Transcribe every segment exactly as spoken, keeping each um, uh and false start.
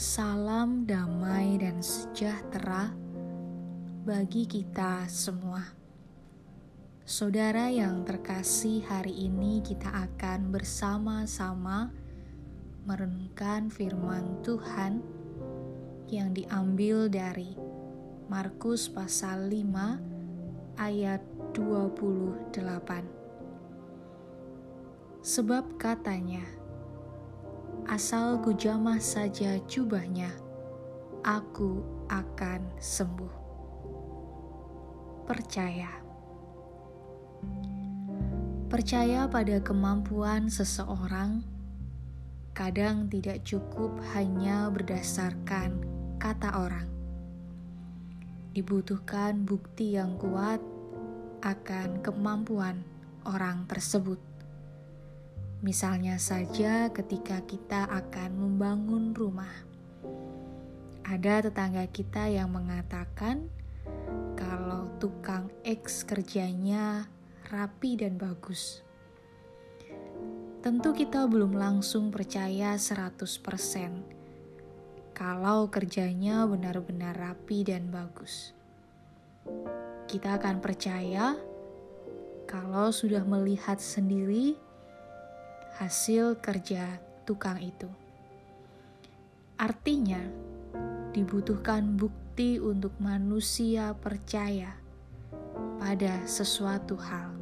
Salam damai dan sejahtera bagi kita semua. Saudara yang terkasih, hari ini kita akan bersama-sama merenungkan firman Tuhan yang diambil dari Markus pasal lima ayat dua puluh delapan. Sebab katanya, asal kujamah saja jubahnya, aku akan sembuh. Percaya. Percaya pada kemampuan seseorang kadang tidak cukup hanya berdasarkan kata orang. Dibutuhkan bukti yang kuat akan kemampuan orang tersebut. Misalnya saja ketika kita akan membangun rumah. Ada tetangga kita yang mengatakan kalau tukang X kerjanya rapi dan bagus. Tentu kita belum langsung percaya seratus persen kalau kerjanya benar-benar rapi dan bagus. Kita akan percaya kalau sudah melihat sendiri hasil kerja tukang itu. Artinya, dibutuhkan bukti untuk manusia percaya pada sesuatu hal.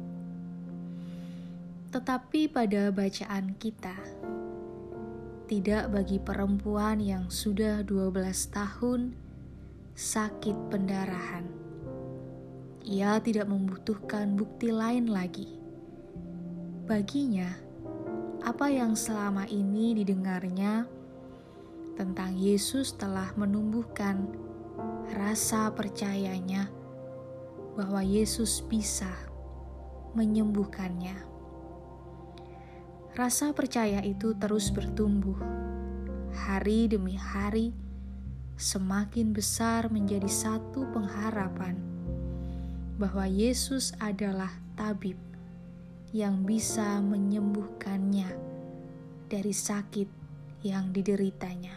Tetapi pada bacaan kita, tidak bagi perempuan yang sudah dua belas tahun sakit pendarahan. Ia tidak membutuhkan bukti lain lagi. Baginya, apa yang selama ini didengarnya tentang Yesus telah menumbuhkan rasa percayanya bahwa Yesus bisa menyembuhkannya. Rasa percaya itu terus bertumbuh, hari demi hari, semakin besar menjadi satu pengharapan bahwa Yesus adalah tabib yang bisa menyembuhkannya dari sakit yang dideritanya.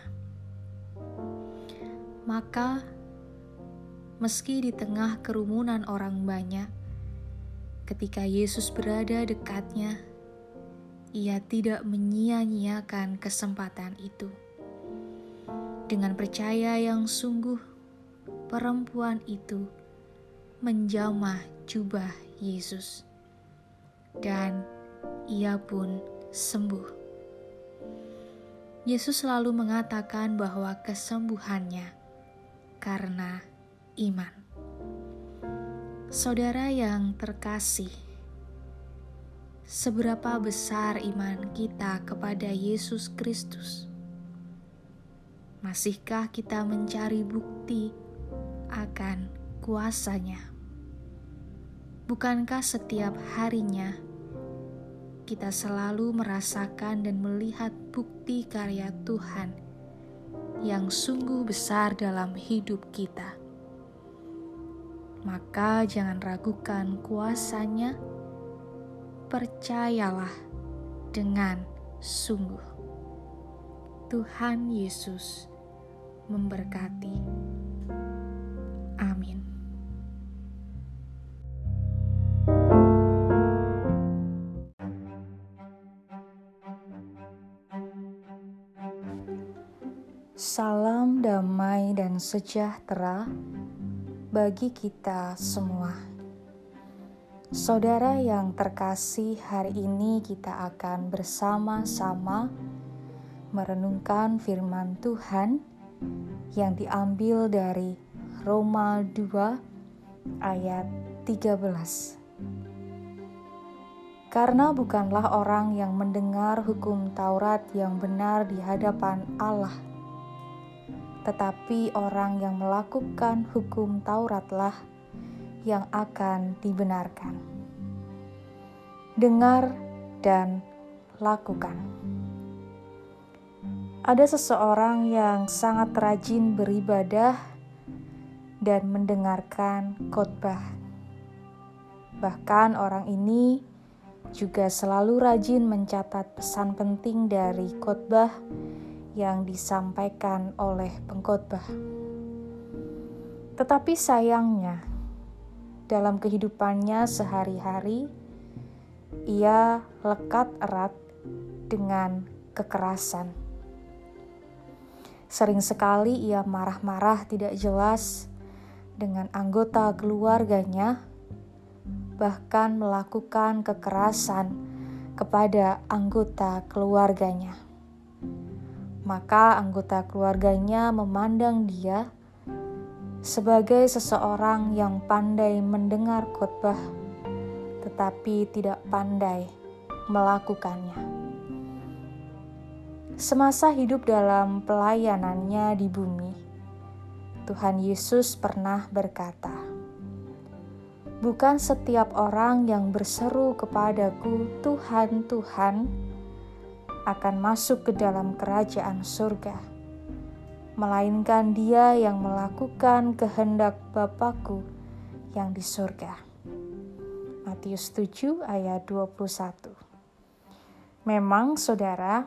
Maka, meski di tengah kerumunan orang banyak, ketika Yesus berada dekatnya, ia tidak menyia-nyiakan kesempatan itu. Dengan percaya yang sungguh, perempuan itu menjamah jubah Yesus. Dan ia pun sembuh. Yesus selalu mengatakan bahwa kesembuhannya karena iman. Saudara yang terkasih, seberapa besar iman kita kepada Yesus Kristus? Masihkah kita mencari bukti akan kuasanya? Bukankah setiap harinya kita selalu merasakan dan melihat bukti karya Tuhan yang sungguh besar dalam hidup kita? Maka jangan ragukan kuasanya, percayalah dengan sungguh. Tuhan Yesus memberkati. Amin. Salam damai dan sejahtera bagi kita semua. Saudara yang terkasih, hari ini kita akan bersama-sama merenungkan firman Tuhan yang diambil dari Roma dua ayat tiga belas. Karena bukanlah orang yang mendengar hukum Taurat yang benar di hadapan Allah, tetapi orang yang melakukan hukum Tauratlah yang akan dibenarkan. Dengar dan lakukan. Ada seseorang yang sangat rajin beribadah dan mendengarkan khotbah. Bahkan orang ini juga selalu rajin mencatat pesan penting dari khotbah yang disampaikan oleh pengkhotbah. Tetapi sayangnya, dalam kehidupannya sehari-hari, ia lekat erat dengan kekerasan. Sering sekali ia marah-marah tidak jelas dengan anggota keluarganya, bahkan melakukan kekerasan kepada anggota keluarganya. Maka anggota keluarganya memandang dia sebagai seseorang yang pandai mendengar khotbah, tetapi tidak pandai melakukannya. Semasa hidup dalam pelayanannya di bumi, Tuhan Yesus pernah berkata, "Bukan setiap orang yang berseru kepadaku, Tuhan, Tuhan, akan masuk ke dalam kerajaan surga, melainkan dia yang melakukan kehendak Bapa-Ku yang di surga." Matius tujuh ayat dua puluh satu. Memang saudara,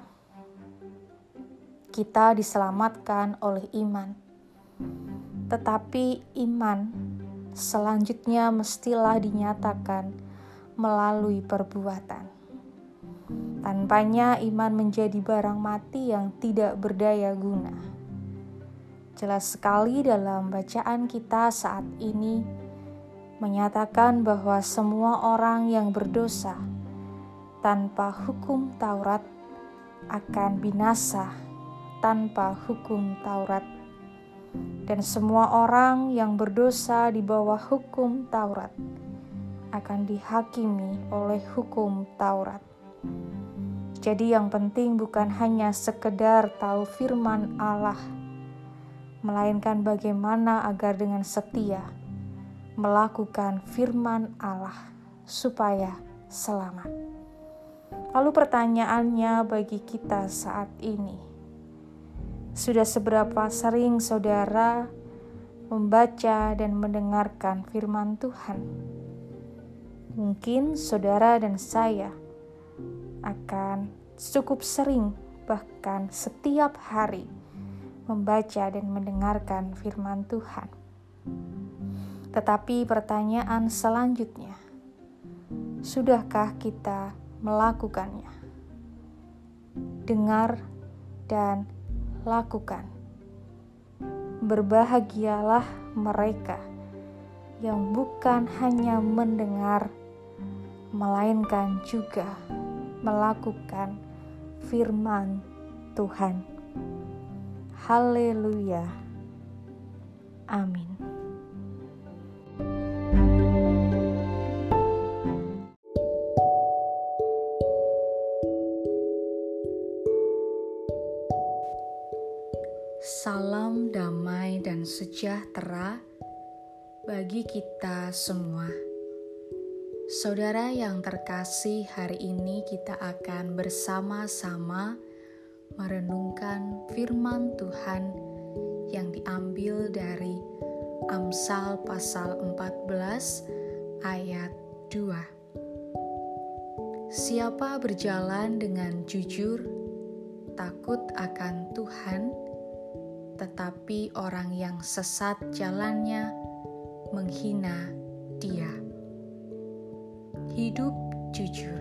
kita diselamatkan oleh iman. Tetapi iman selanjutnya mestilah dinyatakan melalui perbuatan. Tanpanya iman menjadi barang mati yang tidak berdaya guna. Jelas sekali dalam bacaan kita saat ini menyatakan bahwa semua orang yang berdosa tanpa hukum Taurat akan binasa tanpa hukum Taurat. Dan semua orang yang berdosa di bawah hukum Taurat akan dihakimi oleh hukum Taurat. Jadi yang penting bukan hanya sekedar tahu firman Allah, melainkan bagaimana agar dengan setia melakukan firman Allah supaya selamat. Lalu pertanyaannya bagi kita saat ini, sudah seberapa sering saudara membaca dan mendengarkan firman Tuhan? Mungkin saudara dan saya akan cukup sering, bahkan setiap hari, membaca dan mendengarkan firman Tuhan. Tetapi pertanyaan selanjutnya, sudahkah kita melakukannya? Dengar dan lakukan. Berbahagialah mereka yang bukan hanya mendengar, melainkan juga melakukan firman Tuhan. Haleluya. Amin. Salam damai dan sejahtera bagi kita semua. Saudara yang terkasih, hari ini kita akan bersama-sama merenungkan firman Tuhan yang diambil dari Amsal pasal empat belas ayat dua. Siapa berjalan dengan jujur, takut akan Tuhan, tetapi orang yang sesat jalannya menghina Dia. Hidup jujur.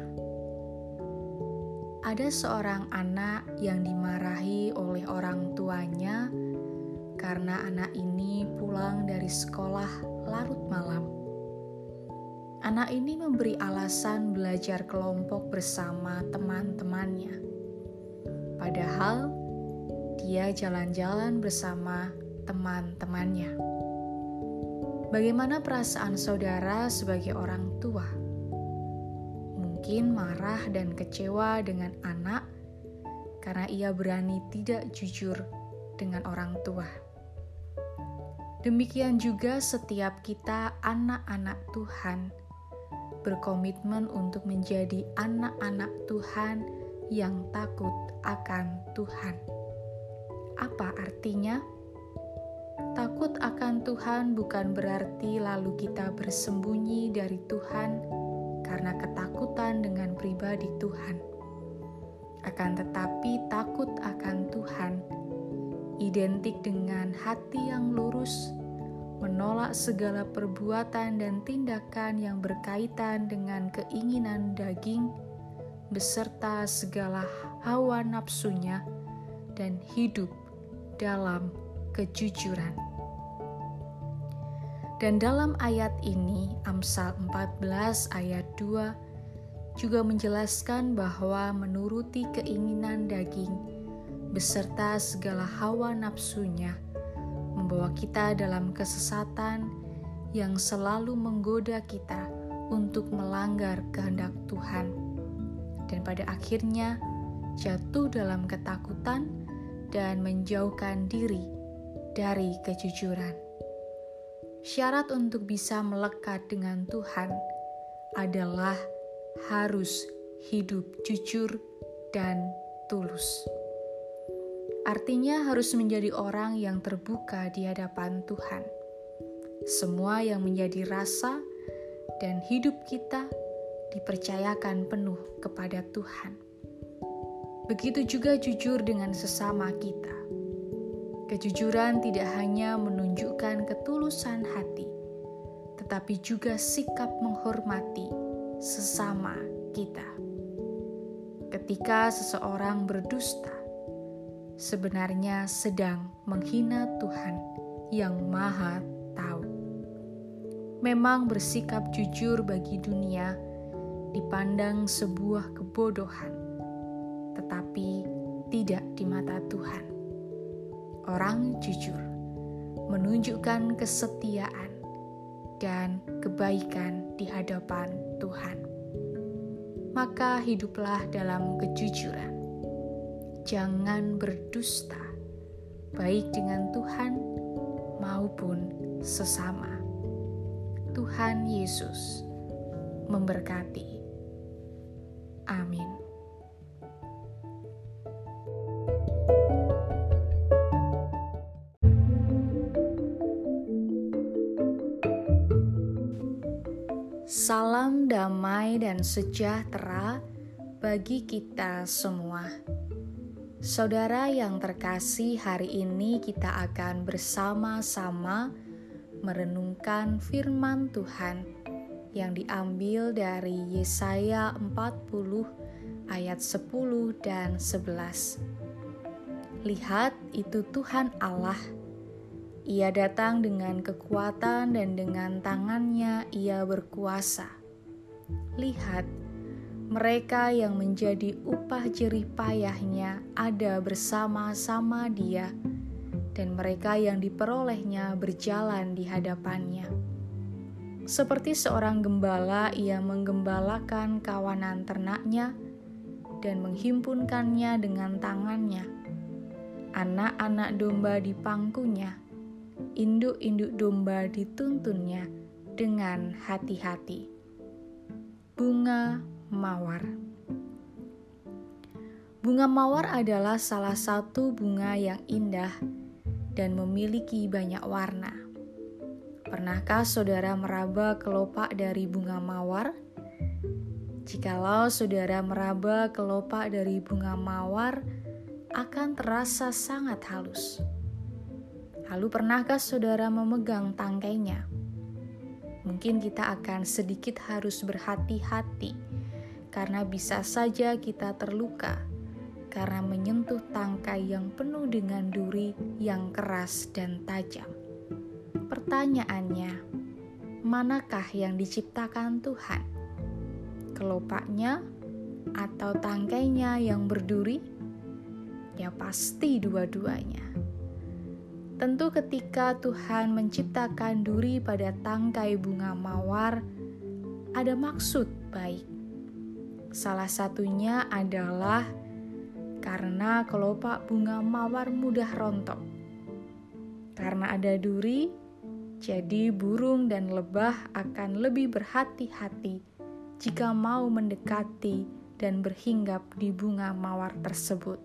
Ada seorang anak yang dimarahi oleh orang tuanya karena anak ini pulang dari sekolah larut malam. Anak ini memberi alasan belajar kelompok bersama teman-temannya. Padahal dia jalan-jalan bersama teman-temannya. Bagaimana perasaan saudara sebagai orang tua? Mungkin marah dan kecewa dengan anak karena ia berani tidak jujur dengan orang tua. Demikian juga setiap kita anak-anak Tuhan berkomitmen untuk menjadi anak-anak Tuhan yang takut akan Tuhan. Apa artinya? Takut akan Tuhan bukan berarti lalu kita bersembunyi dari Tuhan karena ketakutan dengan pribadi Tuhan. akan tetapi takut akan Tuhan identik dengan hati yang lurus, menolak segala perbuatan dan tindakan yang berkaitan dengan keinginan daging, beserta segala hawa nafsunya, dan hidup dalam kejujuran. Dan dalam ayat ini, Amsal empat belas ayat dua juga menjelaskan bahwa menuruti keinginan daging beserta segala hawa nafsunya membawa kita dalam kesesatan yang selalu menggoda kita untuk melanggar kehendak Tuhan, dan pada akhirnya jatuh dalam ketakutan dan menjauhkan diri dari kejujuran. Syarat untuk bisa melekat dengan Tuhan adalah harus hidup jujur dan tulus. Artinya harus menjadi orang yang terbuka di hadapan Tuhan. Semua yang menjadi rasa dan hidup kita dipercayakan penuh kepada Tuhan. Begitu juga jujur dengan sesama kita. Kejujuran tidak hanya menunjukkan ketulusan hati, tetapi juga sikap menghormati sesama kita. Ketika seseorang berdusta, sebenarnya sedang menghina Tuhan yang Maha Tahu. Memang bersikap jujur bagi dunia dipandang sebuah kebodohan, tetapi tidak di mata Tuhan. Orang jujur menunjukkan kesetiaan dan kebaikan di hadapan Tuhan. Maka hiduplah dalam kejujuran. Jangan berdusta, baik dengan Tuhan maupun sesama. Tuhan Yesus memberkati. Amin. Salam damai dan sejahtera bagi kita semua. Saudara yang terkasih, hari ini kita akan bersama-sama merenungkan firman Tuhan yang diambil dari Yesaya empat puluh ayat sepuluh dan sebelas. Lihat, itu Tuhan Allah. Ia datang dengan kekuatan dan dengan tangannya ia berkuasa. Lihat, mereka yang menjadi upah jerih payahnya ada bersama-sama dia, dan mereka yang diperolehnya berjalan di hadapannya. Seperti seorang gembala, ia menggembalakan kawanan ternaknya dan menghimpunkannya dengan tangannya. Anak-anak domba dipangkunya, induk-induk domba dituntunnya dengan hati-hati. Bunga mawar. Bunga mawar adalah salah satu bunga yang indah dan memiliki banyak warna. Pernahkah saudara meraba kelopak dari bunga mawar? Jikalau saudara meraba kelopak dari bunga mawar, akan terasa sangat halus. Lalu pernahkah saudara memegang tangkainya? Mungkin kita akan sedikit harus berhati-hati karena bisa saja kita terluka karena menyentuh tangkai yang penuh dengan duri yang keras dan tajam. Pertanyaannya, manakah yang diciptakan Tuhan? Kelopaknya atau tangkainya yang berduri? Ya pasti dua-duanya. Tentu ketika Tuhan menciptakan duri pada tangkai bunga mawar, ada maksud baik. Salah satunya adalah karena kelopak bunga mawar mudah rontok. Karena ada duri, jadi burung dan lebah akan lebih berhati-hati jika mau mendekati dan berhinggap di bunga mawar tersebut.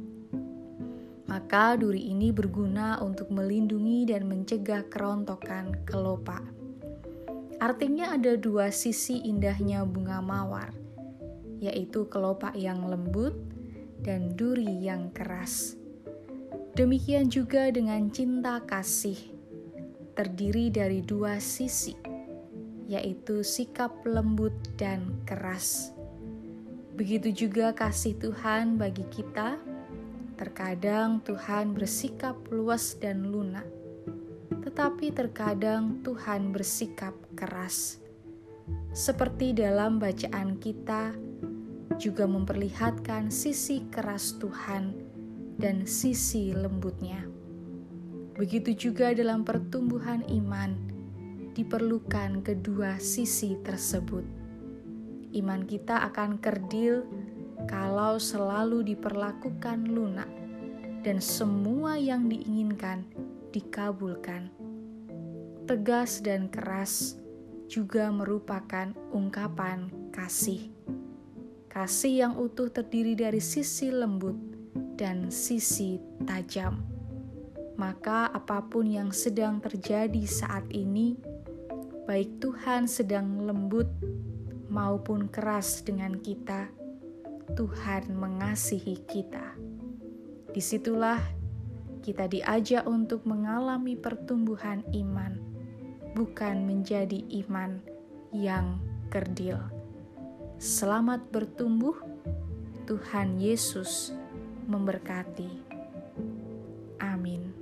Maka duri ini berguna untuk melindungi dan mencegah kerontokan kelopak. Artinya ada dua sisi indahnya bunga mawar, yaitu kelopak yang lembut dan duri yang keras. Demikian juga dengan cinta kasih, terdiri dari dua sisi, yaitu sikap lembut dan keras. Begitu juga kasih Tuhan bagi kita. Terkadang Tuhan bersikap luas dan lunak, tetapi terkadang Tuhan bersikap keras. Seperti dalam bacaan kita, juga memperlihatkan sisi keras Tuhan dan sisi lembutnya. Begitu juga dalam pertumbuhan iman, diperlukan kedua sisi tersebut. Iman kita akan kerdil kalau selalu diperlakukan lunak dan semua yang diinginkan dikabulkan. Tegas dan keras juga merupakan ungkapan kasih. Kasih yang utuh terdiri dari sisi lembut dan sisi tajam. Maka apapun yang sedang terjadi saat ini, baik Tuhan sedang lembut maupun keras dengan kita, Tuhan mengasihi kita. Disitulah kita diajak untuk mengalami pertumbuhan iman, bukan menjadi iman yang kerdil. Selamat bertumbuh, Tuhan Yesus memberkati. Amin.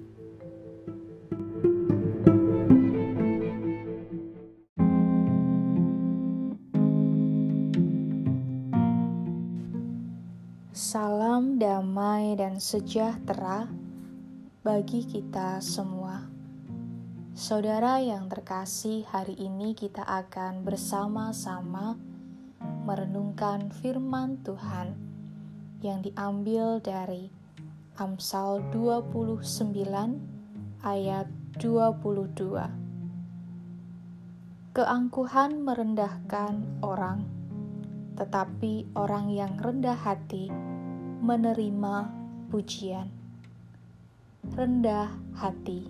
Salam damai dan sejahtera bagi kita semua. Saudara yang terkasih, hari ini kita akan bersama-sama merenungkan firman Tuhan yang diambil dari Amsal dua puluh sembilan ayat dua puluh dua. Keangkuhan merendahkan orang, tetapi orang yang rendah hati menerima pujian. Rendah hati.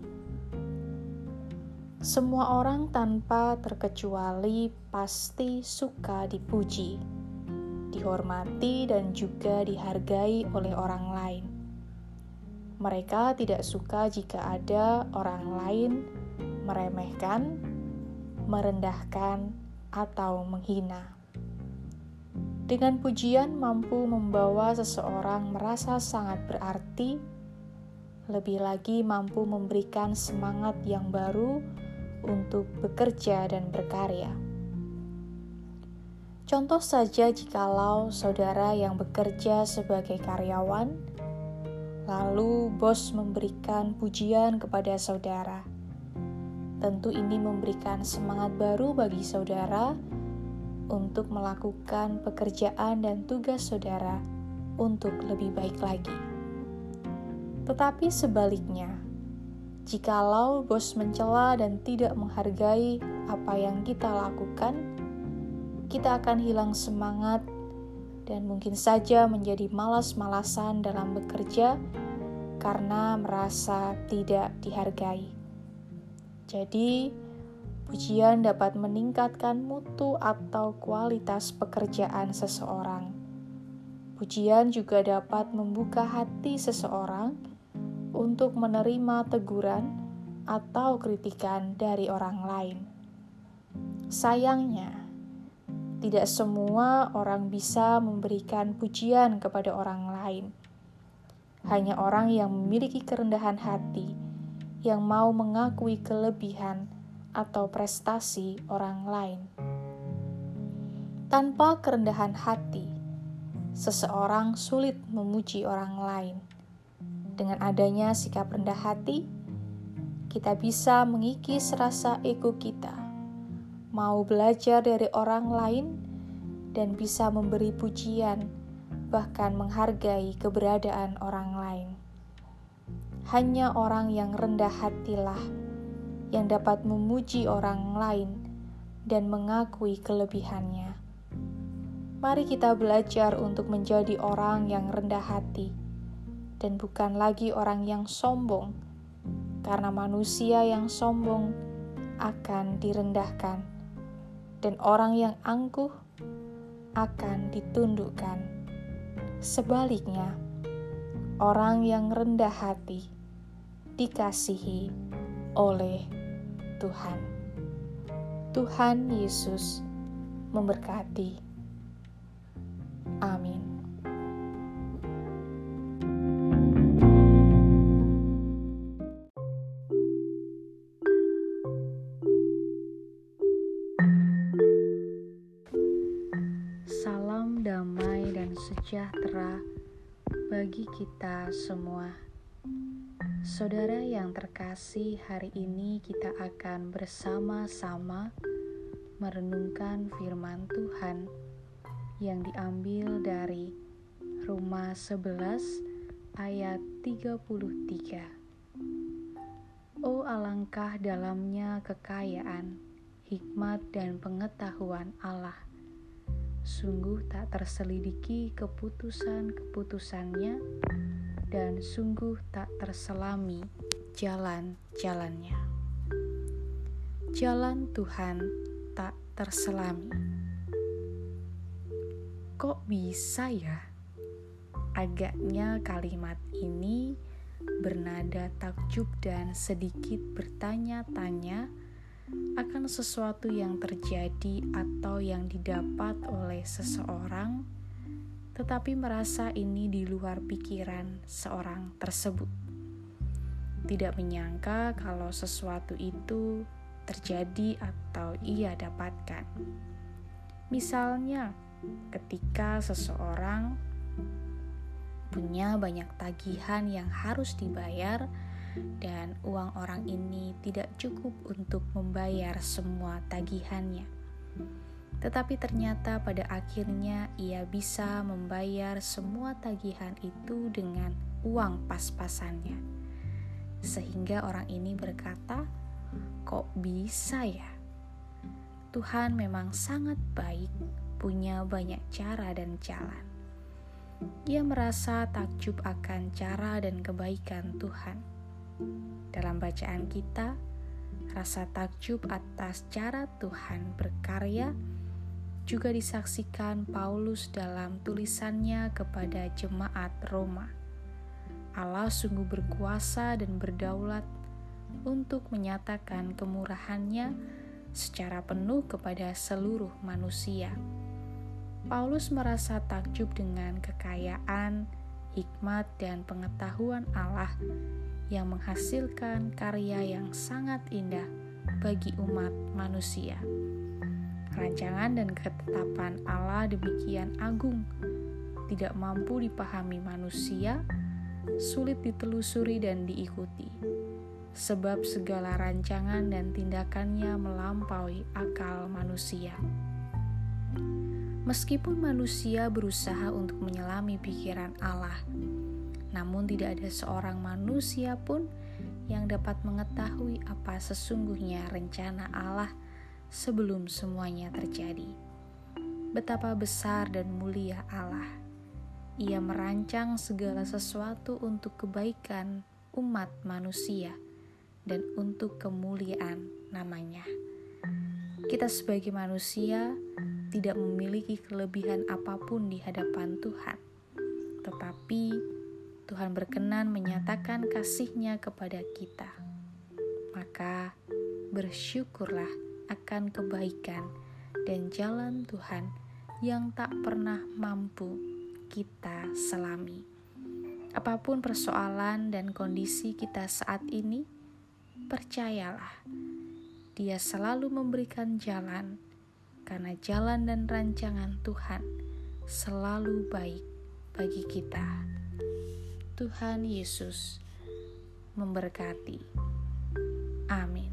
Semua orang tanpa terkecuali pasti suka dipuji, dihormati, dan juga dihargai oleh orang lain. Mereka tidak suka jika ada orang lain meremehkan, merendahkan, atau menghina. Dengan pujian mampu membawa seseorang merasa sangat berarti, lebih lagi mampu memberikan semangat yang baru untuk bekerja dan berkarya. Contoh saja jikalau saudara yang bekerja sebagai karyawan, lalu bos memberikan pujian kepada saudara. Tentu ini memberikan semangat baru bagi saudara untuk melakukan pekerjaan dan tugas saudara untuk lebih baik lagi. Tetapi sebaliknya, jikalau bos mencela dan tidak menghargai apa yang kita lakukan, kita akan hilang semangat dan mungkin saja menjadi malas-malasan dalam bekerja karena merasa tidak dihargai. Jadi, pujian dapat meningkatkan mutu atau kualitas pekerjaan seseorang. Pujian juga dapat membuka hati seseorang untuk menerima teguran atau kritikan dari orang lain. Sayangnya, tidak semua orang bisa memberikan pujian kepada orang lain. Hanya orang yang memiliki kerendahan hati, yang mau mengakui kelebihan atau prestasi orang lain. Tanpa kerendahan hati, seseorang sulit memuji orang lain. Dengan adanya sikap rendah hati, kita bisa mengikis rasa ego kita, mau belajar dari orang lain, dan bisa memberi pujian, bahkan menghargai keberadaan orang lain. Hanya orang yang rendah hatilah yang dapat memuji orang lain dan mengakui kelebihannya. Mari kita belajar untuk menjadi orang yang rendah hati dan bukan lagi orang yang sombong, karena manusia yang sombong akan direndahkan dan orang yang angkuh akan ditundukkan. Sebaliknya, orang yang rendah hati dikasihi oleh Tuhan. Tuhan Yesus memberkati. Amin. Salam damai dan sejahtera bagi kita semua. Saudara yang terkasih, hari ini kita akan bersama-sama merenungkan firman Tuhan yang diambil dari Roma sebelas ayat tiga puluh tiga. Oh, alangkah dalamnya kekayaan, hikmat dan pengetahuan Allah. Sungguh tak terselidiki keputusan-keputusannya, dan sungguh tak terselami jalan-jalannya. Jalan Tuhan tak terselami. Kok bisa ya? Agaknya kalimat ini bernada takjub dan sedikit bertanya-tanya akan sesuatu yang terjadi atau yang didapat oleh seseorang, tetapi merasa ini di luar pikiran seorang tersebut. Tidak menyangka kalau sesuatu itu terjadi atau ia dapatkan. Misalnya, ketika seseorang punya banyak tagihan yang harus dibayar, dan uang orang ini tidak cukup untuk membayar semua tagihannya. Tetapi ternyata pada akhirnya ia bisa membayar semua tagihan itu dengan uang pas-pasannya. Sehingga orang ini berkata, "Kok bisa ya? Tuhan memang sangat baik, punya banyak cara dan jalan." Ia merasa takjub akan cara dan kebaikan Tuhan. Dalam bacaan kita, rasa takjub atas cara Tuhan berkarya juga disaksikan Paulus dalam tulisannya kepada jemaat Roma. Allah sungguh berkuasa dan berdaulat untuk menyatakan kemurahan-Nya secara penuh kepada seluruh manusia. Paulus merasa takjub dengan kekayaan, hikmat, dan pengetahuan Allah yang menghasilkan karya yang sangat indah bagi umat manusia. Rancangan dan ketetapan Allah demikian agung, tidak mampu dipahami manusia, sulit ditelusuri dan diikuti, sebab segala rancangan dan tindakannya melampaui akal manusia. Meskipun manusia berusaha untuk menyelami pikiran Allah, namun tidak ada seorang manusia pun yang dapat mengetahui apa sesungguhnya rencana Allah sebelum semuanya terjadi. Betapa besar dan mulia Allah. Ia merancang segala sesuatu untuk kebaikan umat manusia dan untuk kemuliaan namanya. Kita sebagai manusia tidak memiliki kelebihan apapun di hadapan Tuhan, tetapi Tuhan berkenan menyatakan kasih-Nya kepada kita. Maka bersyukurlah akan kebaikan dan jalan Tuhan yang tak pernah mampu kita selami. Apapun persoalan dan kondisi kita saat ini, percayalah, Dia selalu memberikan jalan, karena jalan dan rancangan Tuhan selalu baik bagi kita. Tuhan Yesus memberkati. Amin.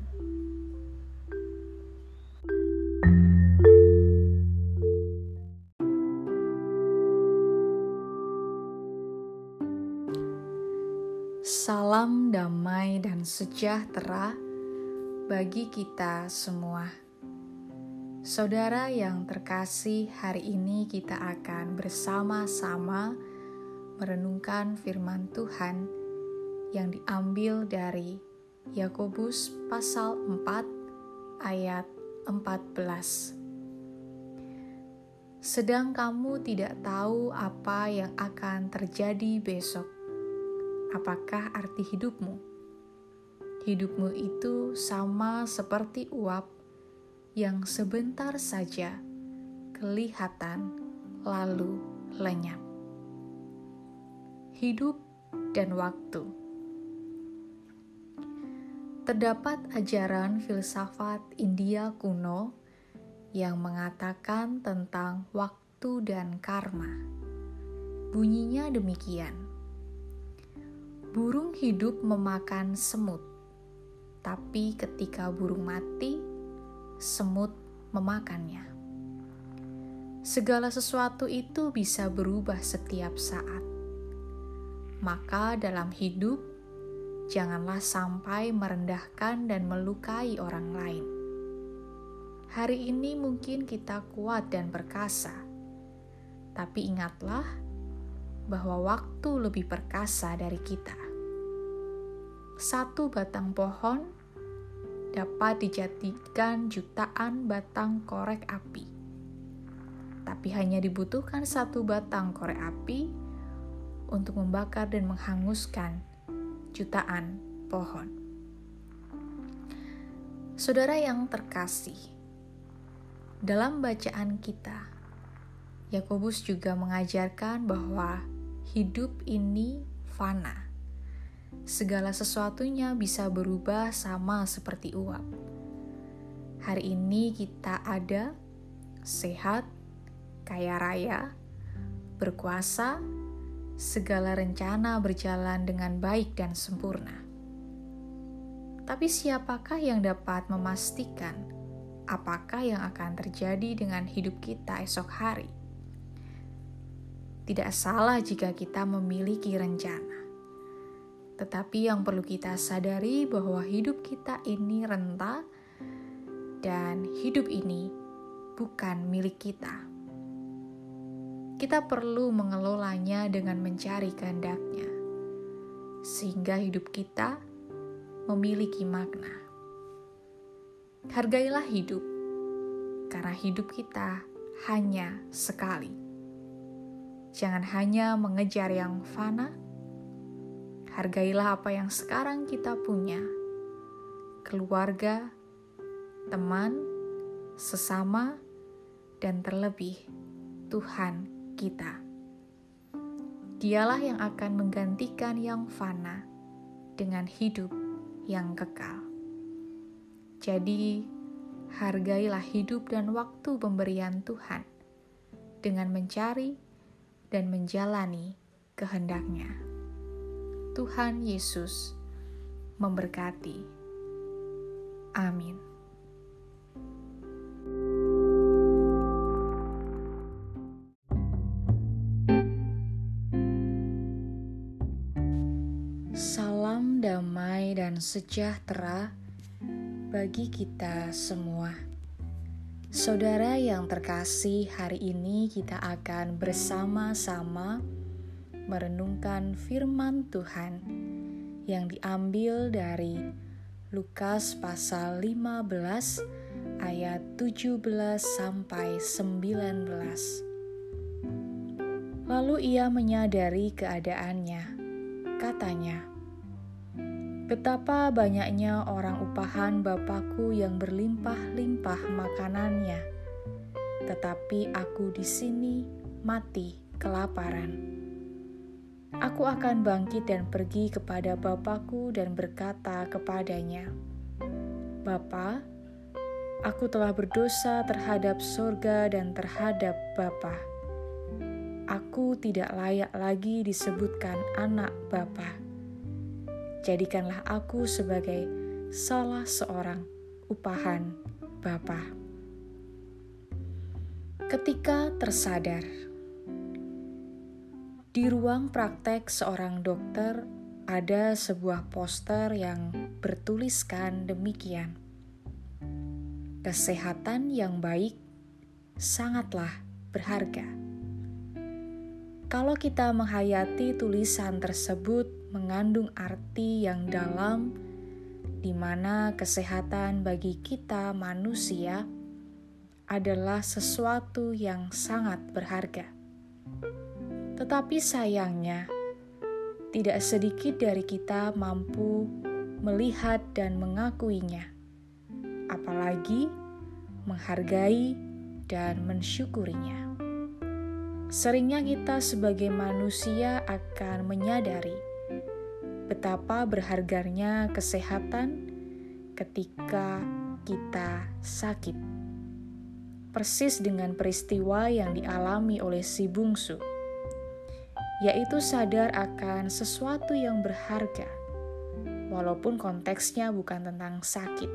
Salam damai dan sejahtera bagi kita semua. Saudara yang terkasih, hari ini kita akan bersama-sama merenungkan firman Tuhan yang diambil dari Yakobus pasal empat ayat empat belas. Sedang kamu tidak tahu apa yang akan terjadi besok. apakah arti hidupmu? Hidupmu itu sama seperti uap yang sebentar saja kelihatan lalu lenyap. Hidup dan waktu. Terdapat ajaran filsafat India kuno yang mengatakan tentang waktu dan karma. Bunyinya demikian. Burung hidup memakan semut, tapi ketika burung mati, semut memakannya. Segala sesuatu itu bisa berubah setiap saat. Maka dalam hidup, janganlah sampai merendahkan dan melukai orang lain. Hari ini mungkin kita kuat dan perkasa, tapi ingatlah bahwa waktu lebih perkasa dari kita. Satu batang pohon dapat dijadikan jutaan batang korek api, tapi hanya dibutuhkan satu batang korek api untuk membakar dan menghanguskan jutaan pohon. Saudara yang terkasih, dalam bacaan kita, Yakobus juga mengajarkan bahwa hidup ini fana. Segala sesuatunya bisa berubah sama seperti uap. Hari ini kita ada, sehat, kaya raya, berkuasa, segala rencana berjalan dengan baik dan sempurna. Tapi siapakah yang dapat memastikan apakah yang akan terjadi dengan hidup kita esok hari? Tidak salah jika kita memiliki rencana. Tetapi yang perlu kita sadari bahwa hidup kita ini renta dan hidup ini bukan milik kita. Kita perlu mengelolanya dengan mencari kehendak-Nya, sehingga hidup kita memiliki makna. Hargailah hidup, karena hidup kita hanya sekali. Jangan hanya mengejar yang fana, hargailah apa yang sekarang kita punya, keluarga, teman, sesama, dan terlebih Tuhan kita. Dialah yang akan menggantikan yang fana dengan hidup yang kekal. Jadi, hargailah hidup dan waktu pemberian Tuhan dengan mencari dan menjalani kehendak-Nya. Tuhan Yesus memberkati. Amin. Salam damai dan sejahtera bagi kita semua. Saudara yang terkasih, hari ini kita akan bersama-sama merenungkan firman Tuhan yang diambil dari Lukas pasal lima belas ayat tujuh belas sampai sembilan belas. Lalu ia menyadari keadaannya. Katanya, "Betapa banyaknya orang upahan Bapakku yang berlimpah-limpah makanannya, tetapi aku di sini mati kelaparan. Aku akan bangkit dan pergi kepada Bapakku dan berkata kepadanya, Bapa, aku telah berdosa terhadap sorga dan terhadap Bapa. Aku tidak layak lagi disebutkan anak Bapa. Jadikanlah aku sebagai salah seorang upahan Bapa." Ketika tersadar, di ruang praktek seorang dokter ada sebuah poster yang bertuliskan demikian, "Kesehatan yang baik sangatlah berharga." Kalau kita menghayati tulisan tersebut mengandung arti yang dalam, di mana kesehatan bagi kita manusia adalah sesuatu yang sangat berharga. Tetapi sayangnya, tidak sedikit dari kita mampu melihat dan mengakuinya, apalagi menghargai dan mensyukurinya. Seringnya kita sebagai manusia akan menyadari betapa berharganya kesehatan ketika kita sakit. Persis dengan peristiwa yang dialami oleh si bungsu, yaitu sadar akan sesuatu yang berharga, walaupun konteksnya bukan tentang sakit.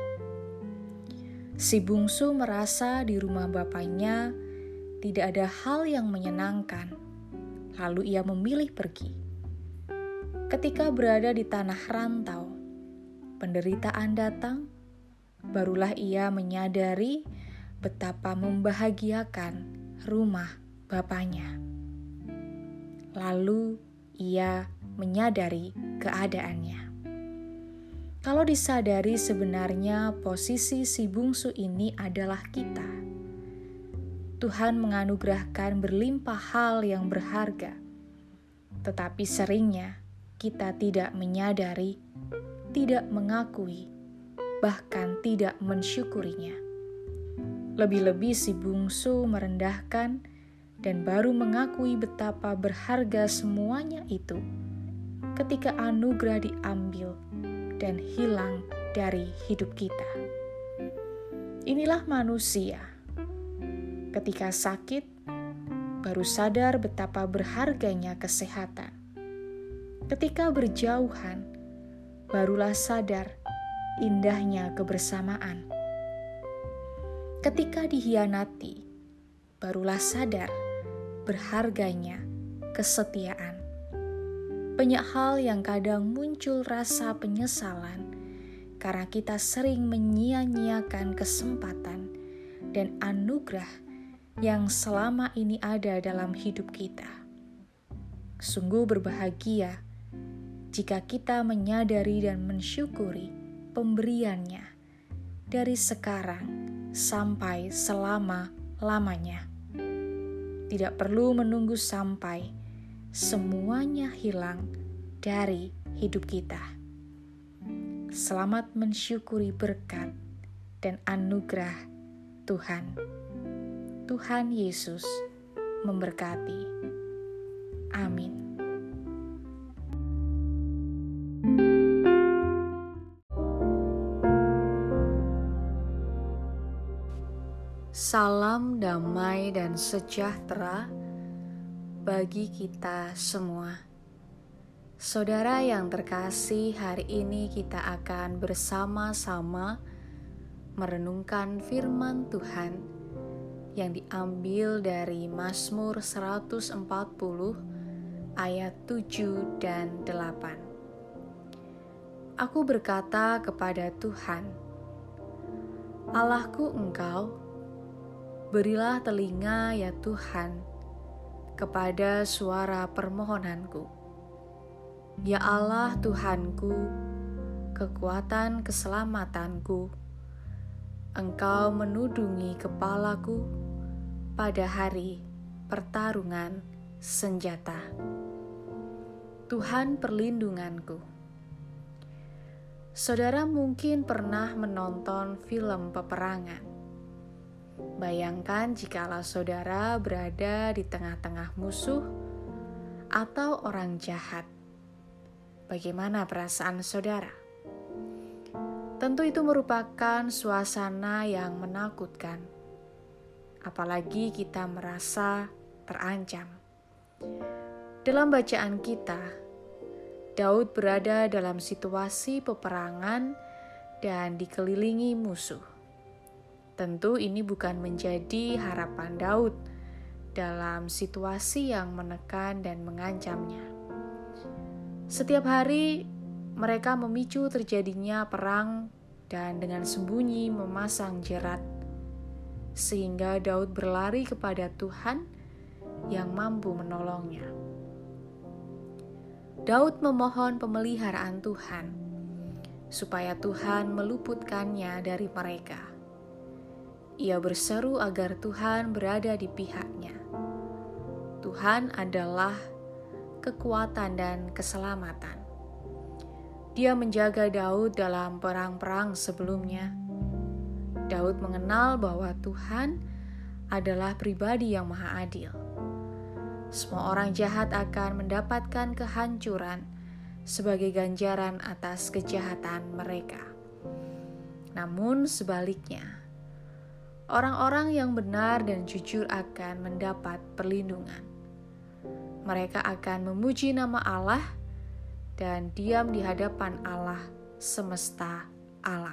Si bungsu merasa di rumah bapaknya tidak ada hal yang menyenangkan, lalu ia memilih pergi. Ketika berada di tanah rantau, penderitaan datang, barulah ia menyadari betapa membahagiakan rumah bapaknya. Lalu ia menyadari keadaannya. Kalau disadari sebenarnya posisi si bungsu ini adalah kita. Tuhan menganugerahkan berlimpah hal yang berharga, tetapi seringnya kita tidak menyadari, tidak mengakui, bahkan tidak mensyukurinya. Lebih-lebih si bungsu merendahkan dan baru mengakui betapa berharga semuanya itu ketika anugerah diambil dan hilang dari hidup kita. Inilah manusia. Ketika sakit, baru sadar betapa berharganya kesehatan. Ketika berjauhan, barulah sadar indahnya kebersamaan. Ketika dihianati, barulah sadar berharganya kesetiaan. Banyak hal yang kadang muncul rasa penyesalan karena kita sering menyia-nyiakan kesempatan dan anugerah yang selama ini ada dalam hidup kita. Sungguh berbahagia jika kita menyadari dan mensyukuri pemberiannya dari sekarang sampai selama-lamanya. Tidak perlu menunggu sampai semuanya hilang dari hidup kita. Selamat mensyukuri berkat dan anugerah Tuhan. Tuhan Yesus memberkati. Amin. Salam damai dan sejahtera bagi kita semua. Saudara yang terkasih, hari ini kita akan bersama-sama merenungkan firman Tuhan yang diambil dari Mazmur seratus empat puluh ayat tujuh dan delapan. Aku berkata kepada Tuhan, Allahku Engkau, berilah telinga ya Tuhan kepada suara permohonanku. Ya Allah Tuhanku, kekuatan keselamatanku, Engkau menudungi kepalaku pada hari pertarungan senjata. Tuhan perlindunganku. Saudara mungkin pernah menonton film peperangan. Bayangkan jikalau saudara berada di tengah-tengah musuh atau orang jahat. Bagaimana perasaan saudara? Tentu itu merupakan suasana yang menakutkan. Apalagi kita merasa terancam. Dalam bacaan kita, Daud berada dalam situasi peperangan dan dikelilingi musuh. Tentu ini bukan menjadi harapan Daud dalam situasi yang menekan dan mengancamnya. Setiap hari mereka memicu terjadinya perang dan dengan sembunyi memasang jerat, sehingga Daud berlari kepada Tuhan yang mampu menolongnya. Daud memohon pemeliharaan Tuhan, supaya Tuhan meluputkannya dari mereka. Ia berseru agar Tuhan berada di pihaknya. Tuhan adalah kekuatan dan keselamatan. Dia menjaga Daud dalam perang-perang sebelumnya. Daud mengenal bahwa Tuhan adalah pribadi yang maha adil. Semua orang jahat akan mendapatkan kehancuran sebagai ganjaran atas kejahatan mereka. Namun sebaliknya, orang-orang yang benar dan jujur akan mendapat perlindungan. Mereka akan memuji nama Allah dan diam di hadapan Allah semesta alam.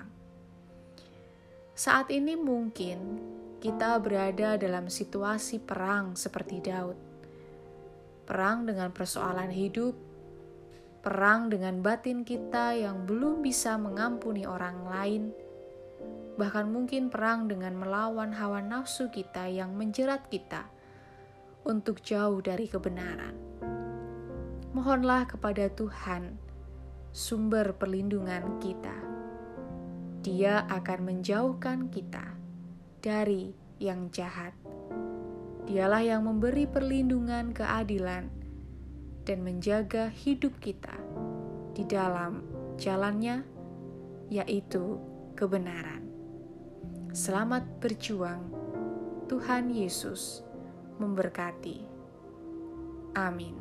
Saat ini mungkin kita berada dalam situasi perang seperti Daud. Perang dengan persoalan hidup, perang dengan batin kita yang belum bisa mengampuni orang lain, bahkan mungkin perang dengan melawan hawa nafsu kita yang menjerat kita untuk jauh dari kebenaran. Mohonlah kepada Tuhan, sumber perlindungan kita. Dia akan menjauhkan kita dari yang jahat. Dialah yang memberi perlindungan keadilan dan menjaga hidup kita di dalam jalannya, yaitu kebenaran. Selamat berjuang. Tuhan Yesus memberkati. Amin.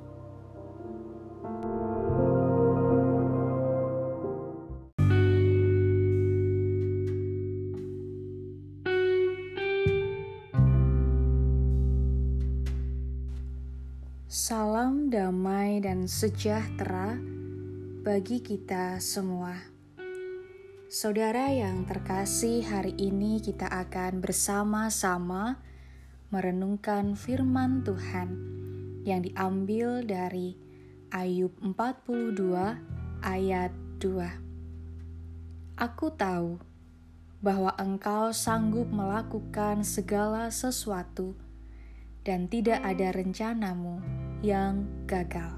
Salam damai dan sejahtera bagi kita semua. Saudara yang terkasih, hari ini kita akan bersama-sama merenungkan firman Tuhan yang diambil dari Ayub empat puluh dua ayat dua. Aku tahu bahwa Engkau sanggup melakukan segala sesuatu dan tidak ada rencanamu yang gagal.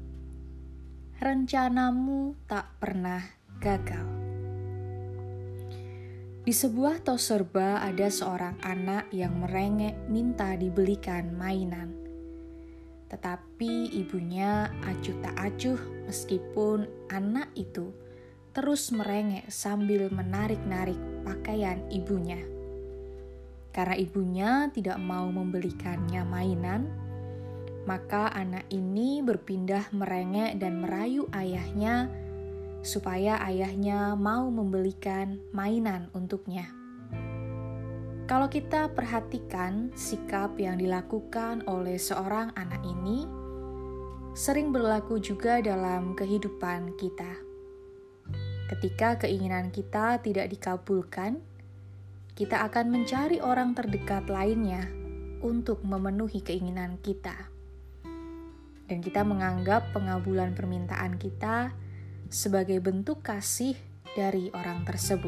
Rencanamu tak pernah gagal. Di sebuah toserba ada seorang anak yang merengek minta dibelikan mainan. Tetapi ibunya acuh tak acuh meskipun anak itu terus merengek sambil menarik-narik pakaian ibunya. Karena ibunya tidak mau membelikannya mainan, maka anak ini berpindah merengek dan merayu ayahnya supaya ayahnya mau membelikan mainan untuknya. Kalau kita perhatikan sikap yang dilakukan oleh seorang anak ini, sering berlaku juga dalam kehidupan kita. Ketika keinginan kita tidak dikabulkan, kita akan mencari orang terdekat lainnya untuk memenuhi keinginan kita. Dan kita menganggap pengabulan permintaan kita sebagai bentuk kasih dari orang tersebut.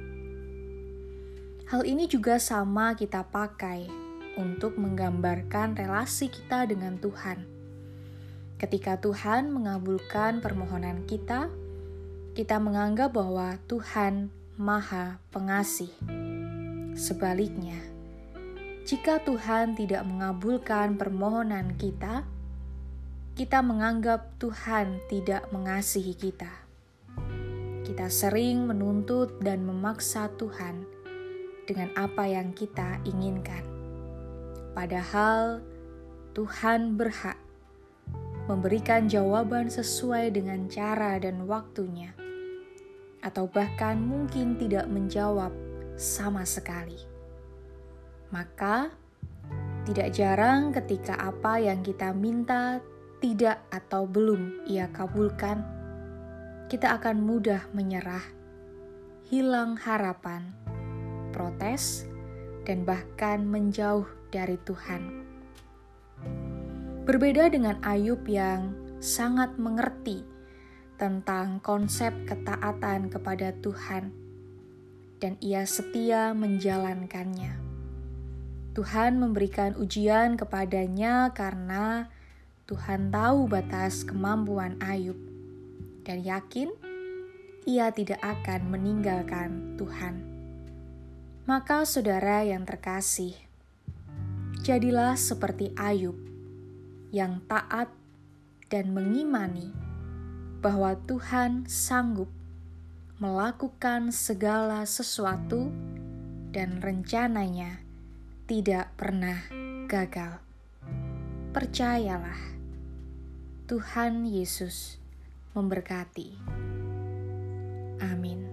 Hal ini juga sama kita pakai untuk menggambarkan relasi kita dengan Tuhan. Ketika Tuhan mengabulkan permohonan kita, kita menganggap bahwa Tuhan Maha Pengasih. Sebaliknya, jika Tuhan tidak mengabulkan permohonan kita, kita menganggap Tuhan tidak mengasihi kita. Kita sering menuntut dan memaksa Tuhan dengan apa yang kita inginkan. Padahal Tuhan berhak memberikan jawaban sesuai dengan cara dan waktunya, atau bahkan mungkin tidak menjawab sama sekali. Maka, tidak jarang ketika apa yang kita minta tidak atau belum Ia kabulkan, kita akan mudah menyerah, hilang harapan, protes, dan bahkan menjauh dari Tuhan. Berbeda dengan Ayub yang sangat mengerti tentang konsep ketaatan kepada Tuhan, dan ia setia menjalankannya. Tuhan memberikan ujian kepadanya karena Tuhan tahu batas kemampuan Ayub dan yakin ia tidak akan meninggalkan Tuhan. Maka saudara yang terkasih, jadilah seperti Ayub yang taat dan mengimani bahwa Tuhan sanggup melakukan segala sesuatu dan rencananya tidak pernah gagal. Percayalah, Tuhan Yesus memberkati. Amin.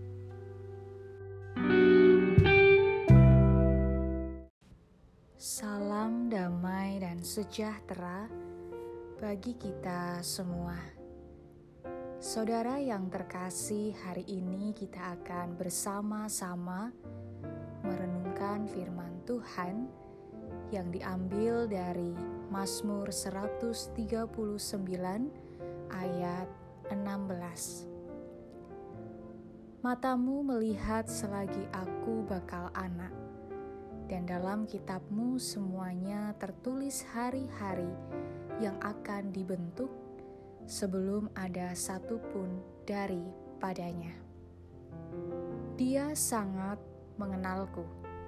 Salam damai dan sejahtera bagi kita semua. Saudara yang terkasih, hari ini kita akan bersama-sama merenungkan firman Tuhan yang diambil dari Mazmur seratus tiga puluh sembilan ayat enam belas. Matamu melihat selagi aku bakal anak, dan dalam kitabmu semuanya tertulis hari-hari yang akan dibentuk sebelum ada satupun daripadanya. Dia sangat mengenalku.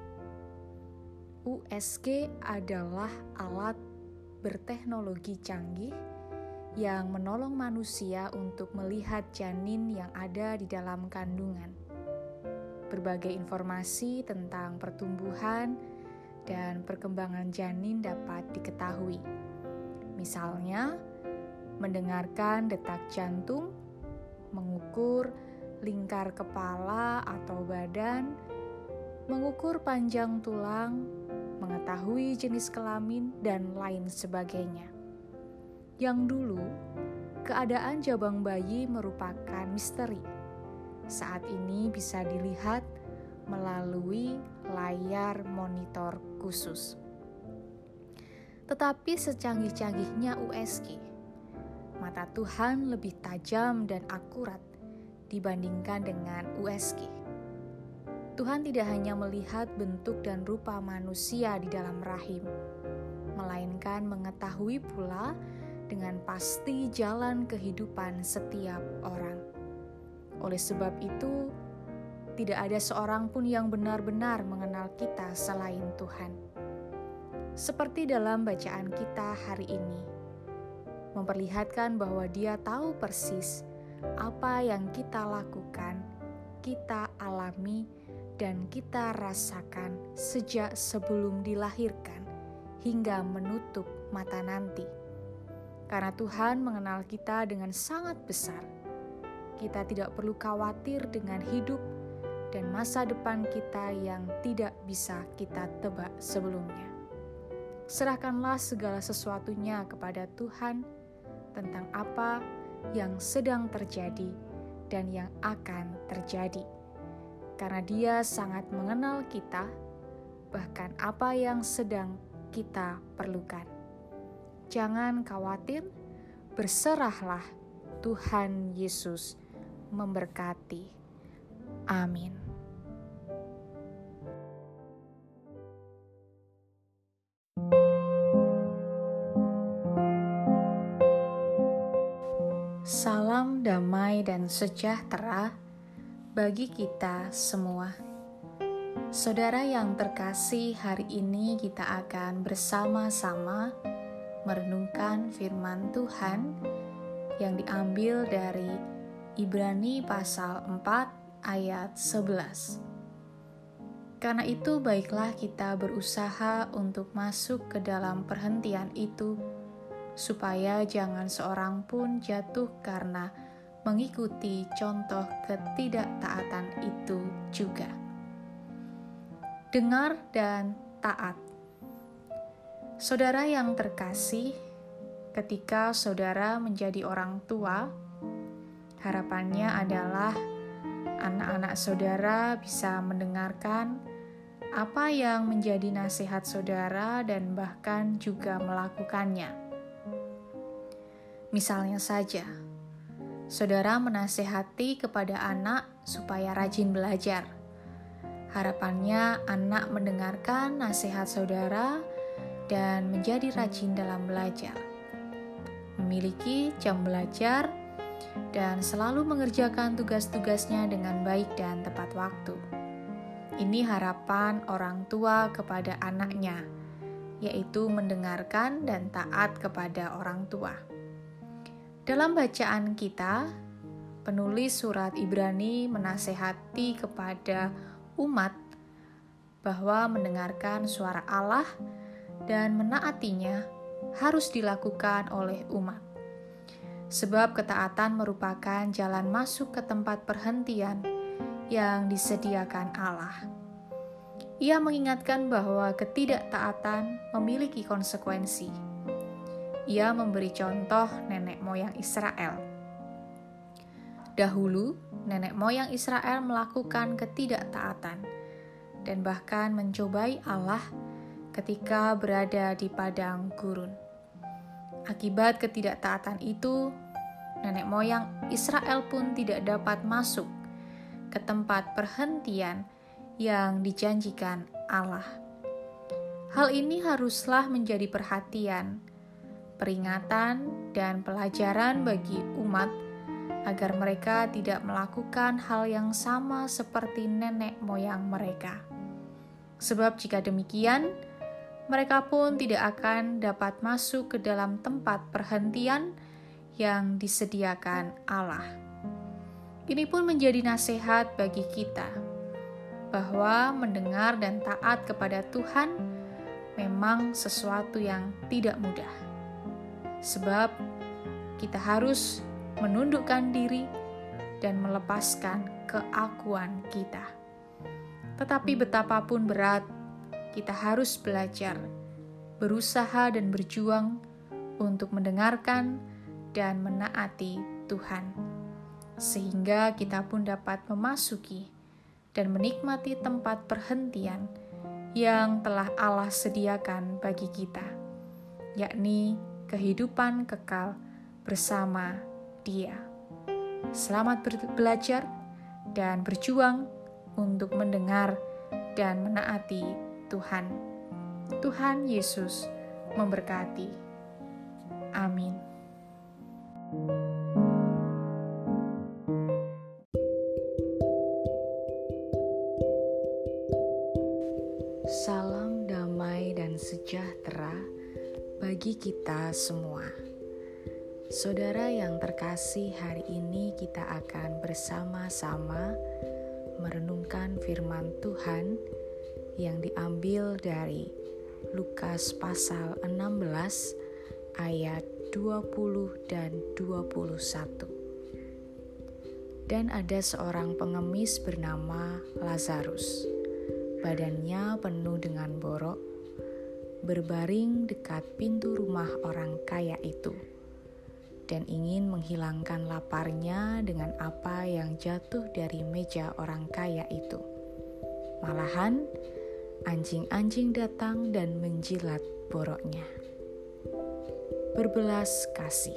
U S G adalah alat berteknologi canggih yang menolong manusia untuk melihat janin yang ada di dalam kandungan. Berbagai informasi tentang pertumbuhan dan perkembangan janin dapat diketahui. Misalnya, mendengarkan detak jantung, mengukur lingkar kepala atau badan, mengukur panjang tulang, mengetahui jenis kelamin, dan lain sebagainya. Yang dulu, keadaan jabang bayi merupakan misteri. Saat ini bisa dilihat melalui layar monitor khusus. Tetapi secanggih-canggihnya U S G, mata Tuhan lebih tajam dan akurat dibandingkan dengan U S G. Tuhan tidak hanya melihat bentuk dan rupa manusia di dalam rahim, melainkan mengetahui pula dengan pasti jalan kehidupan setiap orang. Oleh sebab itu, tidak ada seorang pun yang benar-benar mengenal kita selain Tuhan. Seperti dalam bacaan kita hari ini, memperlihatkan bahwa Dia tahu persis apa yang kita lakukan, kita alami, dan kita rasakan sejak sebelum dilahirkan hingga menutup mata nanti. Karena Tuhan mengenal kita dengan sangat besar, kita tidak perlu khawatir dengan hidup dan masa depan kita yang tidak bisa kita tebak sebelumnya. Serahkanlah segala sesuatunya kepada Tuhan tentang apa yang sedang terjadi dan yang akan terjadi. Karena Dia sangat mengenal kita, bahkan apa yang sedang kita perlukan. Jangan khawatir, berserahlah, Tuhan Yesus memberkati. Amin. Salam damai dan sejahtera bagi kita semua. Saudara yang terkasih, hari ini kita akan bersama-sama merenungkan firman Tuhan yang diambil dari Ibrani pasal empat ayat sebelas. Karena itu baiklah kita berusaha untuk masuk ke dalam perhentian itu, supaya jangan seorang pun jatuh karena mengikuti contoh ketidaktaatan itu juga. Dengar dan taat. Saudara yang terkasih, ketika saudara menjadi orang tua, harapannya adalah anak-anak saudara bisa mendengarkan apa yang menjadi nasihat saudara dan bahkan juga melakukannya. Misalnya saja, saudara menasihati kepada anak supaya rajin belajar. Harapannya anak mendengarkan nasihat saudara dan menjadi rajin dalam belajar, memiliki jam belajar, dan selalu mengerjakan tugas-tugasnya dengan baik dan tepat waktu. Ini harapan orang tua kepada anaknya, yaitu mendengarkan dan taat kepada orang tua. Dalam bacaan kita, penulis surat Ibrani menasehati kepada umat bahwa mendengarkan suara Allah dan menaatinya harus dilakukan oleh umat. Sebab ketaatan merupakan jalan masuk ke tempat perhentian yang disediakan Allah. Ia mengingatkan bahwa ketidaktaatan memiliki konsekuensi. Ia memberi contoh nenek moyang Israel. Dahulu, nenek moyang Israel melakukan ketidaktaatan dan bahkan mencobai Allah ketika berada di padang gurun. Akibat ketidaktaatan itu, nenek moyang Israel pun tidak dapat masuk ke tempat perhentian yang dijanjikan Allah. Hal ini haruslah menjadi perhatian, peringatan, dan pelajaran bagi umat agar mereka tidak melakukan hal yang sama seperti nenek moyang mereka. Sebab jika demikian, mereka pun tidak akan dapat masuk ke dalam tempat perhentian yang disediakan Allah. Ini pun menjadi nasihat bagi kita, bahwa mendengar dan taat kepada Tuhan memang sesuatu yang tidak mudah. Sebab kita harus menundukkan diri dan melepaskan keakuan kita. Tetapi betapapun berat, kita harus belajar, berusaha dan berjuang untuk mendengarkan dan menaati Tuhan, sehingga kita pun dapat memasuki dan menikmati tempat perhentian yang telah Allah sediakan bagi kita, yakni kehidupan kekal bersama Dia. Selamat belajar dan berjuang untuk mendengar dan menaati Tuhan. Tuhan Yesus memberkati. Amin. Salam damai dan sejahtera bagi kita semua. Saudara yang terkasih, hari ini kita akan bersama-sama merenungkan firman Tuhan yang diambil dari Lukas pasal enam belas ayat dua puluh dan dua puluh satu. Dan ada seorang pengemis bernama Lazarus, badannya penuh dengan borok, berbaring dekat pintu rumah orang kaya itu, dan ingin menghilangkan laparnya dengan apa yang jatuh dari meja orang kaya itu. Malahan, anjing-anjing datang dan menjilat boroknya. Berbelas kasih.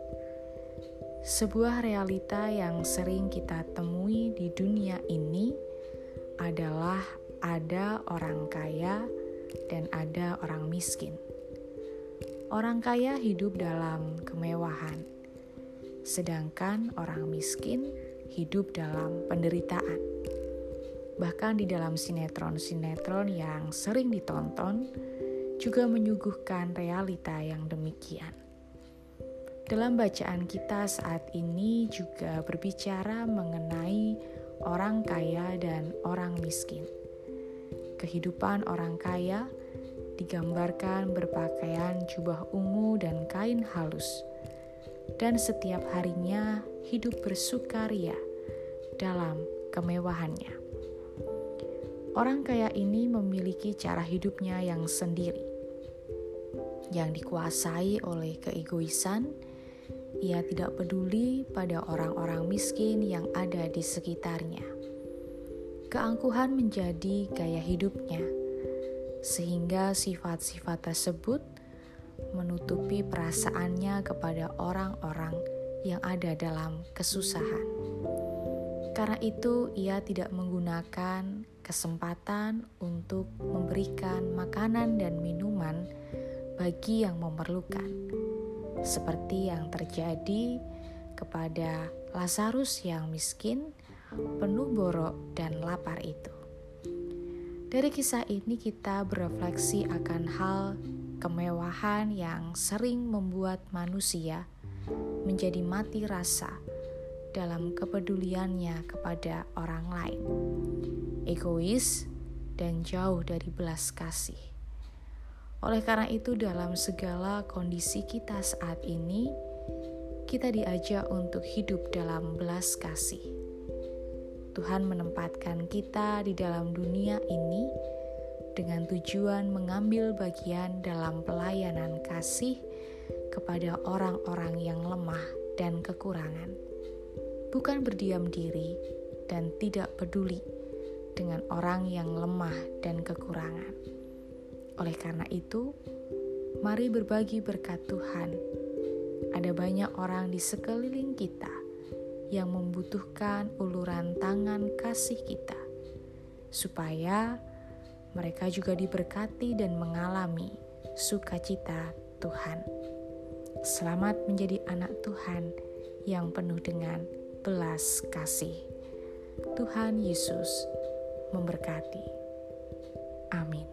Sebuah realita yang sering kita temui di dunia ini adalah ada orang kaya dan ada orang miskin. Orang kaya hidup dalam kemewahan, sedangkan orang miskin hidup dalam penderitaan. Bahkan di dalam sinetron-sinetron yang sering ditonton juga menyuguhkan realita yang demikian. Dalam bacaan kita saat ini juga berbicara mengenai orang kaya dan orang miskin. Kehidupan orang kaya digambarkan berpakaian jubah ungu dan kain halus, dan setiap harinya hidup bersukaria dalam kemewahannya. Orang kaya ini memiliki cara hidupnya yang sendiri, yang dikuasai oleh keegoisan. Ia tidak peduli pada orang-orang miskin yang ada di sekitarnya. Keangkuhan menjadi gaya hidupnya, sehingga sifat-sifat tersebut menutupi perasaannya kepada orang-orang yang ada dalam kesusahan. Karena itu, ia tidak menggunakan kesempatan untuk memberikan makanan dan minuman bagi yang memerlukan, seperti yang terjadi kepada Lazarus yang miskin, penuh borok dan lapar itu. Dari kisah ini kita berefleksi akan hal kemewahan yang sering membuat manusia menjadi mati rasa dalam kepeduliannya kepada orang lain, egois dan jauh dari belas kasih. Oleh karena itu, dalam segala kondisi kita saat ini, kita diajak untuk hidup dalam belas kasih. Tuhan menempatkan kita di dalam dunia ini dengan tujuan mengambil bagian dalam pelayanan kasih kepada orang-orang yang lemah dan kekurangan. Bukan berdiam diri dan tidak peduli dengan orang yang lemah dan kekurangan. Oleh karena itu, mari berbagi berkat Tuhan. Ada banyak orang di sekeliling kita yang membutuhkan uluran tangan kasih kita, supaya mereka juga diberkati dan mengalami sukacita Tuhan. Selamat menjadi anak Tuhan yang penuh dengan belas kasih. Tuhan Yesus memberkati. Amin.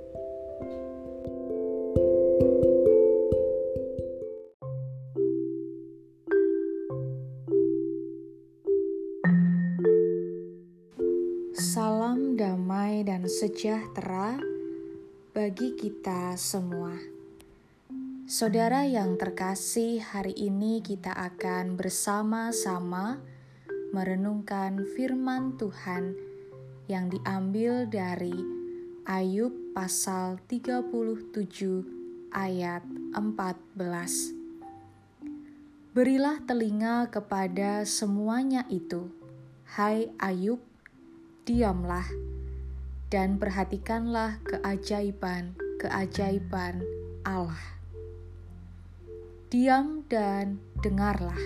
Salam damai dan sejahtera bagi kita semua. Saudara yang terkasih, hari ini kita akan bersama-sama merenungkan firman Tuhan yang diambil dari Ayub pasal tiga puluh tujuh ayat empat belas. Berilah telinga kepada semuanya itu, hai Ayub, diamlah dan perhatikanlah keajaiban-keajaiban Allah. Diam dan dengarlah.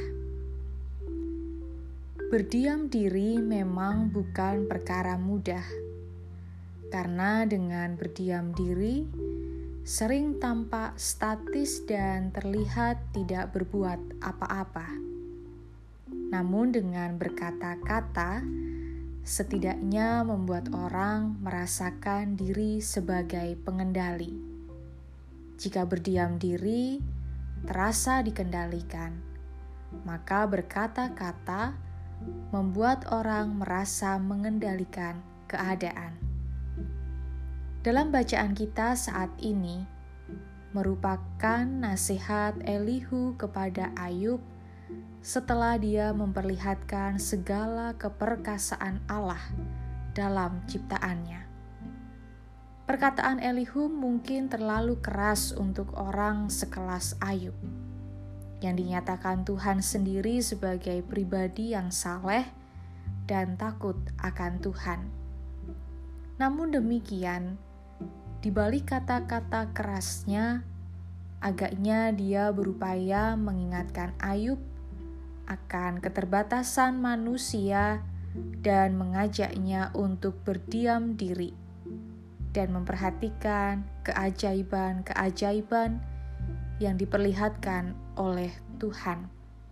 Berdiam diri memang bukan perkara mudah, karena dengan berdiam diri sering tampak statis dan terlihat tidak berbuat apa-apa. Namun dengan berkata-kata, setidaknya membuat orang merasakan diri sebagai pengendali. Jika berdiam diri terasa dikendalikan, maka berkata-kata membuat orang merasa mengendalikan keadaan. Dalam bacaan kita saat ini merupakan nasihat Elihu kepada Ayub setelah dia memperlihatkan segala keperkasaan Allah dalam ciptaannya. Perkataan Elihu mungkin terlalu keras untuk orang sekelas Ayub, yang dinyatakan Tuhan sendiri sebagai pribadi yang saleh dan takut akan Tuhan. Namun demikian, di balik kata-kata kerasnya, agaknya dia berupaya mengingatkan Ayub akan keterbatasan manusia dan mengajaknya untuk berdiam diri dan memperhatikan keajaiban-keajaiban yang diperlihatkan oleh Tuhan.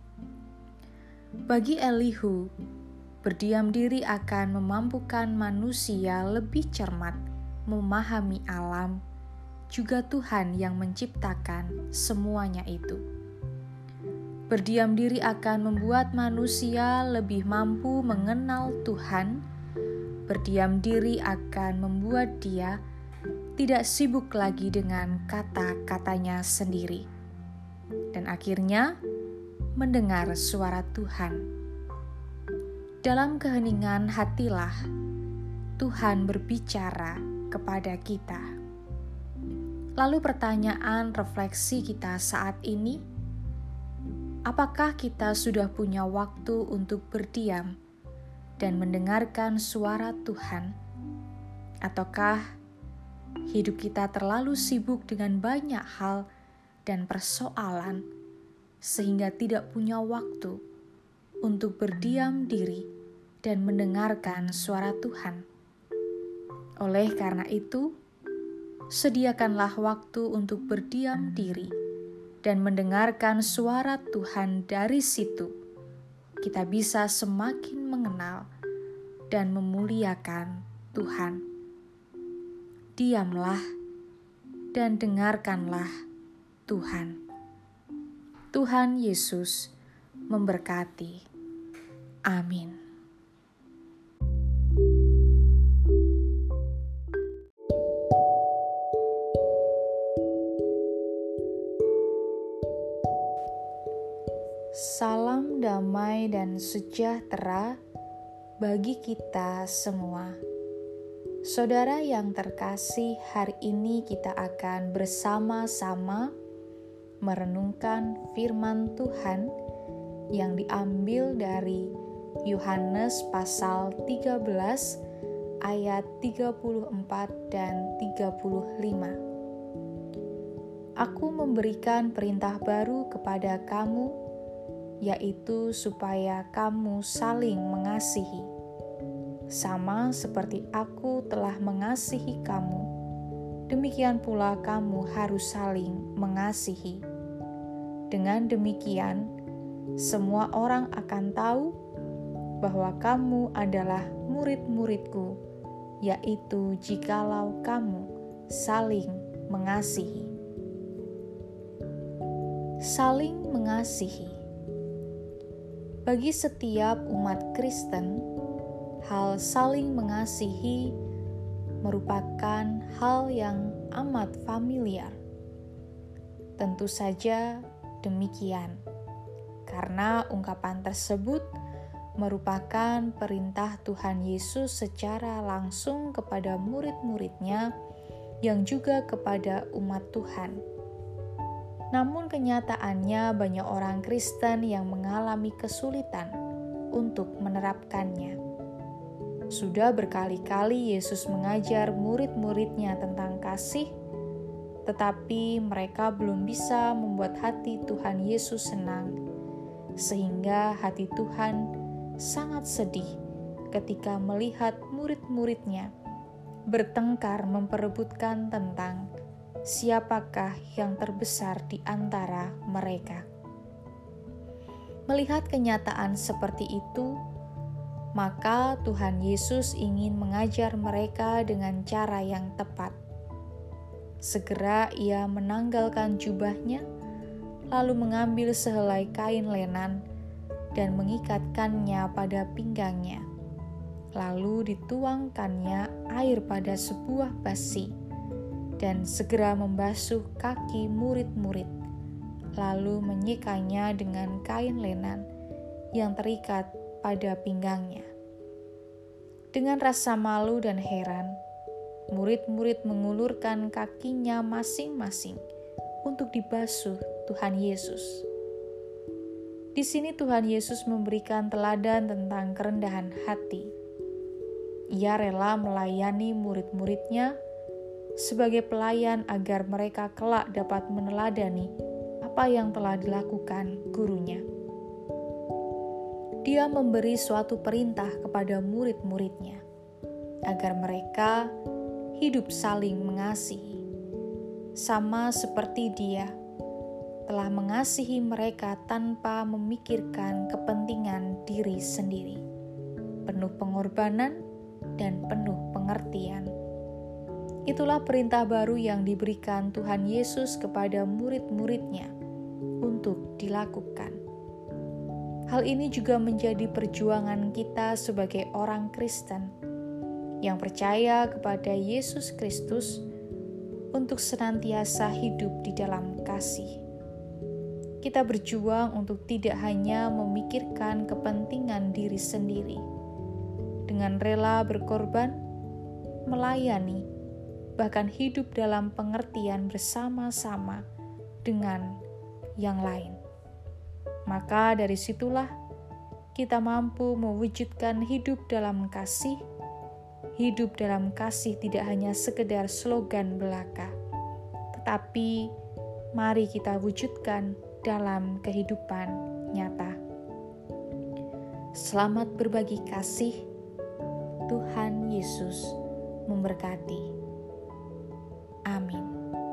Bagi Elihu, berdiam diri akan memampukan manusia lebih cermat memahami alam, juga Tuhan yang menciptakan semuanya itu. Berdiam diri akan membuat manusia lebih mampu mengenal Tuhan. Berdiam diri akan membuat dia tidak sibuk lagi dengan kata-katanya sendiri, dan akhirnya mendengar suara Tuhan. Dalam keheningan hatilah Tuhan berbicara kepada kita. Lalu pertanyaan refleksi kita saat ini, apakah kita sudah punya waktu untuk berdiam dan mendengarkan suara Tuhan? Ataukah hidup kita terlalu sibuk dengan banyak hal dan persoalan sehingga tidak punya waktu untuk berdiam diri dan mendengarkan suara Tuhan? Oleh karena itu, sediakanlah waktu untuk berdiam diri dan mendengarkan suara Tuhan. Dari situ, kita bisa semakin mengenal dan memuliakan Tuhan. Diamlah dan dengarkanlah Tuhan. Tuhan Yesus memberkati. Amin. Salam damai dan sejahtera bagi kita semua. Saudara yang terkasih, hari ini kita akan bersama-sama merenungkan firman Tuhan yang diambil dari Yohanes pasal tiga belas ayat tiga puluh empat dan tiga puluh lima. Aku memberikan perintah baru kepada kamu, yaitu supaya kamu saling mengasihi. Sama seperti aku telah mengasihi kamu, demikian pula kamu harus saling mengasihi. Dengan demikian, semua orang akan tahu bahwa kamu adalah murid-muridku, yaitu jikalau kamu saling mengasihi. Saling mengasihi. Bagi setiap umat Kristen, hal saling mengasihi merupakan hal yang amat familiar. Tentu saja demikian, karena ungkapan tersebut merupakan perintah Tuhan Yesus secara langsung kepada murid-muridnya yang juga kepada umat Tuhan. Namun kenyataannya banyak orang Kristen yang mengalami kesulitan untuk menerapkannya. Sudah berkali-kali Yesus mengajar murid-muridnya tentang kasih, tetapi mereka belum bisa membuat hati Tuhan Yesus senang, sehingga hati Tuhan sangat sedih ketika melihat murid-muridnya bertengkar memperebutkan tentang siapakah yang terbesar di antara mereka. Melihat kenyataan seperti itu, maka Tuhan Yesus ingin mengajar mereka dengan cara yang tepat. Segera ia menanggalkan jubahnya, lalu mengambil sehelai kain lenan dan mengikatkannya pada pinggangnya. Lalu dituangkannya air pada sebuah basi dan segera membasuh kaki murid-murid, lalu menyikanya dengan kain lenan yang terikat pada pinggangnya. Dengan rasa malu dan heran, murid-murid mengulurkan kakinya masing-masing untuk dibasuh Tuhan Yesus. Di sini Tuhan Yesus memberikan teladan tentang kerendahan hati. Ia rela melayani murid-muridnya sebagai pelayan agar mereka kelak dapat meneladani apa yang telah dilakukan gurunya. Dia memberi suatu perintah kepada murid-muridnya agar mereka hidup saling mengasihi, sama seperti Dia telah mengasihi mereka tanpa memikirkan kepentingan diri sendiri, penuh pengorbanan dan penuh pengertian. Itulah perintah baru yang diberikan Tuhan Yesus kepada murid-muridnya untuk dilakukan. Hal ini juga menjadi perjuangan kita sebagai orang Kristen yang percaya kepada Yesus Kristus untuk senantiasa hidup di dalam kasih. Kita berjuang untuk tidak hanya memikirkan kepentingan diri sendiri, dengan rela berkorban, melayani, bahkan hidup dalam pengertian bersama-sama dengan yang lain. Maka dari situlah kita mampu mewujudkan hidup dalam kasih. Hidup dalam kasih tidak hanya sekedar slogan belaka, tetapi mari kita wujudkan dalam kehidupan nyata. Selamat berbagi kasih. Tuhan Yesus memberkati. Amin.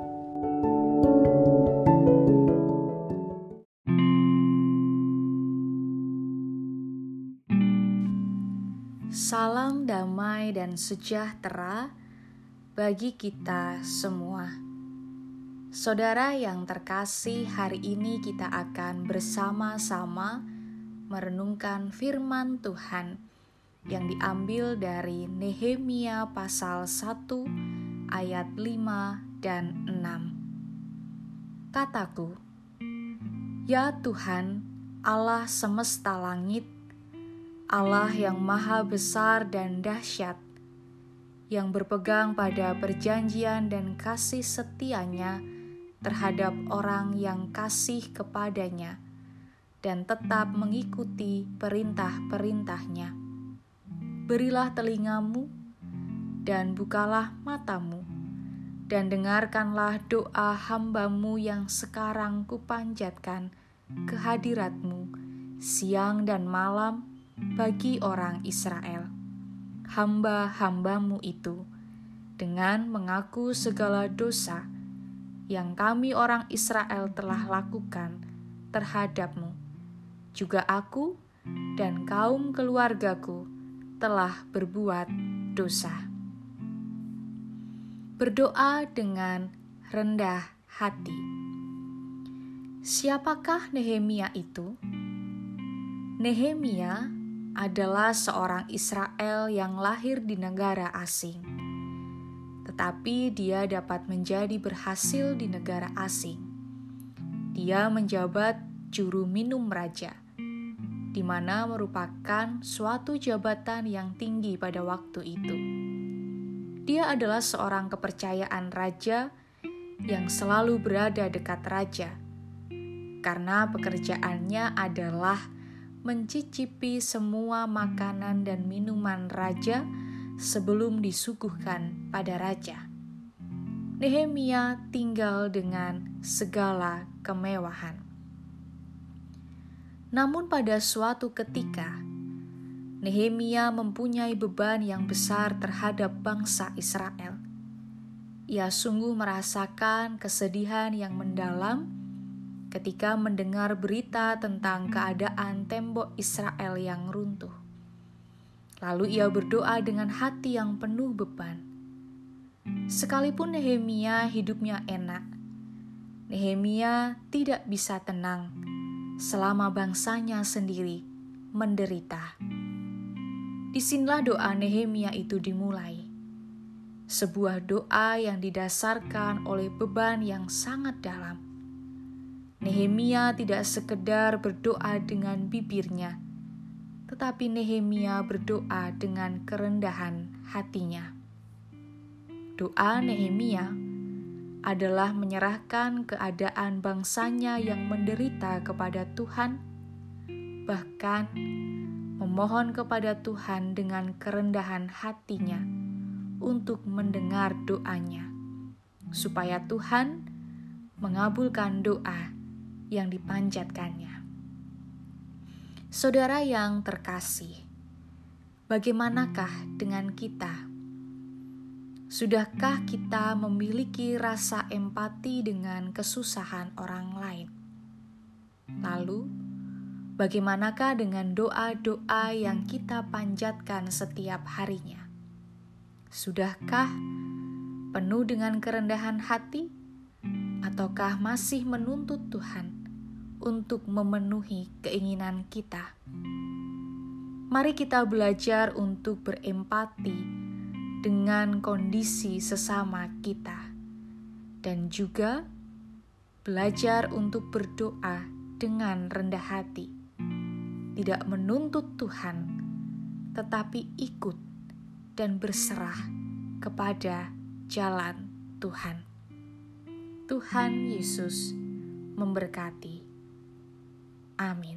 Salam damai dan sejahtera bagi kita semua. Saudara yang terkasih, hari ini kita akan bersama-sama merenungkan firman Tuhan yang diambil dari Nehemia pasal satu ayat lima dan enam. Kataku, ya Tuhan, Allah semesta langit, Allah yang maha besar dan dahsyat, yang berpegang pada perjanjian dan kasih setianya terhadap orang yang kasih kepadanya dan tetap mengikuti perintah-perintahnya. Berilah telingamu dan bukalah matamu, dan dengarkanlah doa hamba-Mu yang sekarang kupanjatkan ke hadirat-Mu siang dan malam bagi orang Israel, hamba-hamba-Mu itu, dengan mengaku segala dosa yang kami orang Israel telah lakukan terhadap-Mu. Juga aku dan kaum keluargaku telah berbuat dosa. Berdoa dengan rendah hati. Siapakah Nehemia itu? Nehemia adalah seorang Israel yang lahir di negara asing. Tetapi dia dapat menjadi berhasil di negara asing. Dia menjabat juru minum raja, di mana merupakan suatu jabatan yang tinggi pada waktu itu. Dia adalah seorang kepercayaan raja yang selalu berada dekat raja, karena pekerjaannya adalah mencicipi semua makanan dan minuman raja sebelum disuguhkan pada raja. Nehemia tinggal dengan segala kemewahan. Namun pada suatu ketika, Nehemia mempunyai beban yang besar terhadap bangsa Israel. Ia sungguh merasakan kesedihan yang mendalam ketika mendengar berita tentang keadaan tembok Israel yang runtuh. Lalu ia berdoa dengan hati yang penuh beban. Sekalipun Nehemia hidupnya enak, Nehemia tidak bisa tenang selama bangsanya sendiri menderita. Disinilah doa Nehemia itu dimulai. Sebuah doa yang didasarkan oleh beban yang sangat dalam. Nehemia tidak sekedar berdoa dengan bibirnya, tetapi Nehemia berdoa dengan kerendahan hatinya. Doa Nehemia adalah menyerahkan keadaan bangsanya yang menderita kepada Tuhan, bahkan memohon kepada Tuhan dengan kerendahan hatinya untuk mendengar doanya, supaya Tuhan mengabulkan doa yang dipanjatkannya. Saudara yang terkasih, bagaimanakah dengan kita? Sudahkah kita memiliki rasa empati dengan kesusahan orang lain? Lalu, bagaimanakah dengan doa-doa yang kita panjatkan setiap harinya? Sudahkah penuh dengan kerendahan hati? Ataukah masih menuntut Tuhan untuk memenuhi keinginan kita? Mari kita belajar untuk berempati dengan kondisi sesama kita, dan juga belajar untuk berdoa dengan rendah hati, tidak menuntut Tuhan, tetapi ikut dan berserah kepada jalan Tuhan. Tuhan Yesus memberkati. Amin.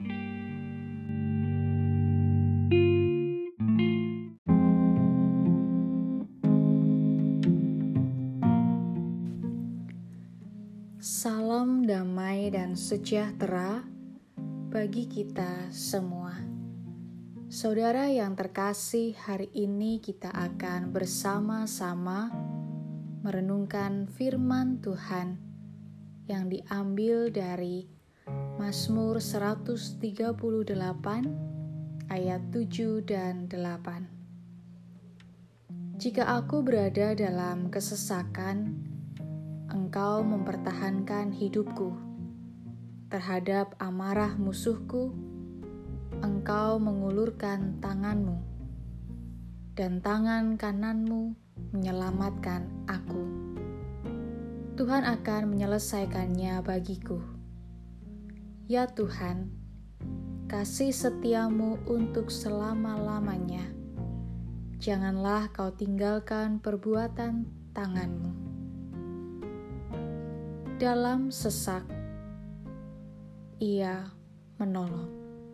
Salam damai dan sejahtera bagi kita semua. Saudara yang terkasih, hari ini kita akan bersama-sama merenungkan firman Tuhan yang diambil dari Mazmur seratus tiga puluh delapan ayat tujuh dan delapan. Jika aku berada dalam kesesakan, Engkau mempertahankan hidupku. Terhadap amarah musuhku, Engkau mengulurkan tanganmu, dan tangan kananmu menyelamatkan aku. Tuhan akan menyelesaikannya bagiku. Ya Tuhan, kasih setiamu untuk selama-lamanya. Janganlah kau tinggalkan perbuatan tanganmu. Dalam sesak, ia menolong.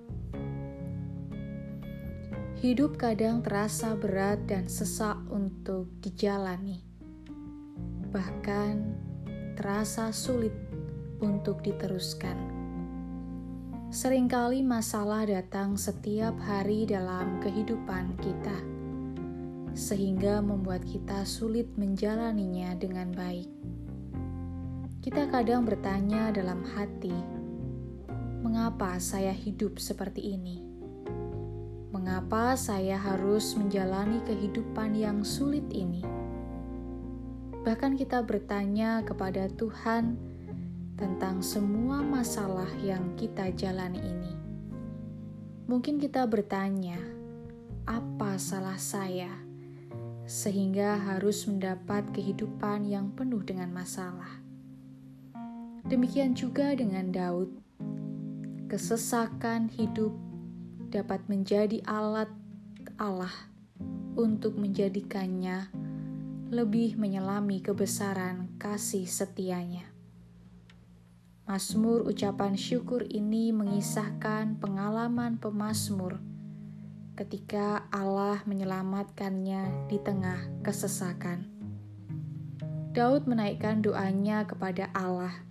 Hidup kadang terasa berat dan sesak untuk dijalani. Bahkan terasa sulit untuk diteruskan. Seringkali masalah datang setiap hari dalam kehidupan kita, sehingga membuat kita sulit menjalaninya dengan baik. Kita kadang bertanya dalam hati, mengapa saya hidup seperti ini? Mengapa saya harus menjalani kehidupan yang sulit ini? Bahkan kita bertanya kepada Tuhan tentang semua masalah yang kita jalani ini. Mungkin kita bertanya, apa salah saya sehingga harus mendapat kehidupan yang penuh dengan masalah? Demikian juga dengan Daud. Kesesakan hidup dapat menjadi alat Allah untuk menjadikannya lebih menyelami kebesaran kasih setianya. Mazmur ucapan syukur ini mengisahkan pengalaman pemazmur ketika Allah menyelamatkannya di tengah kesesakan. Daud menaikkan doanya kepada Allah,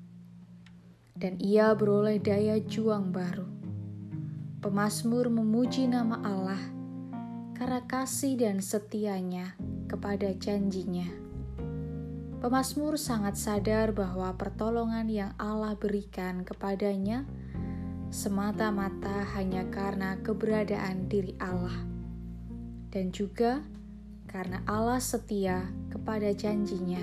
dan ia beroleh daya juang baru. Pemazmur memuji nama Allah karena kasih dan setianya kepada janjinya. Pemazmur sangat sadar bahwa pertolongan yang Allah berikan kepadanya semata-mata hanya karena keberadaan diri Allah, dan juga karena Allah setia kepada janjinya.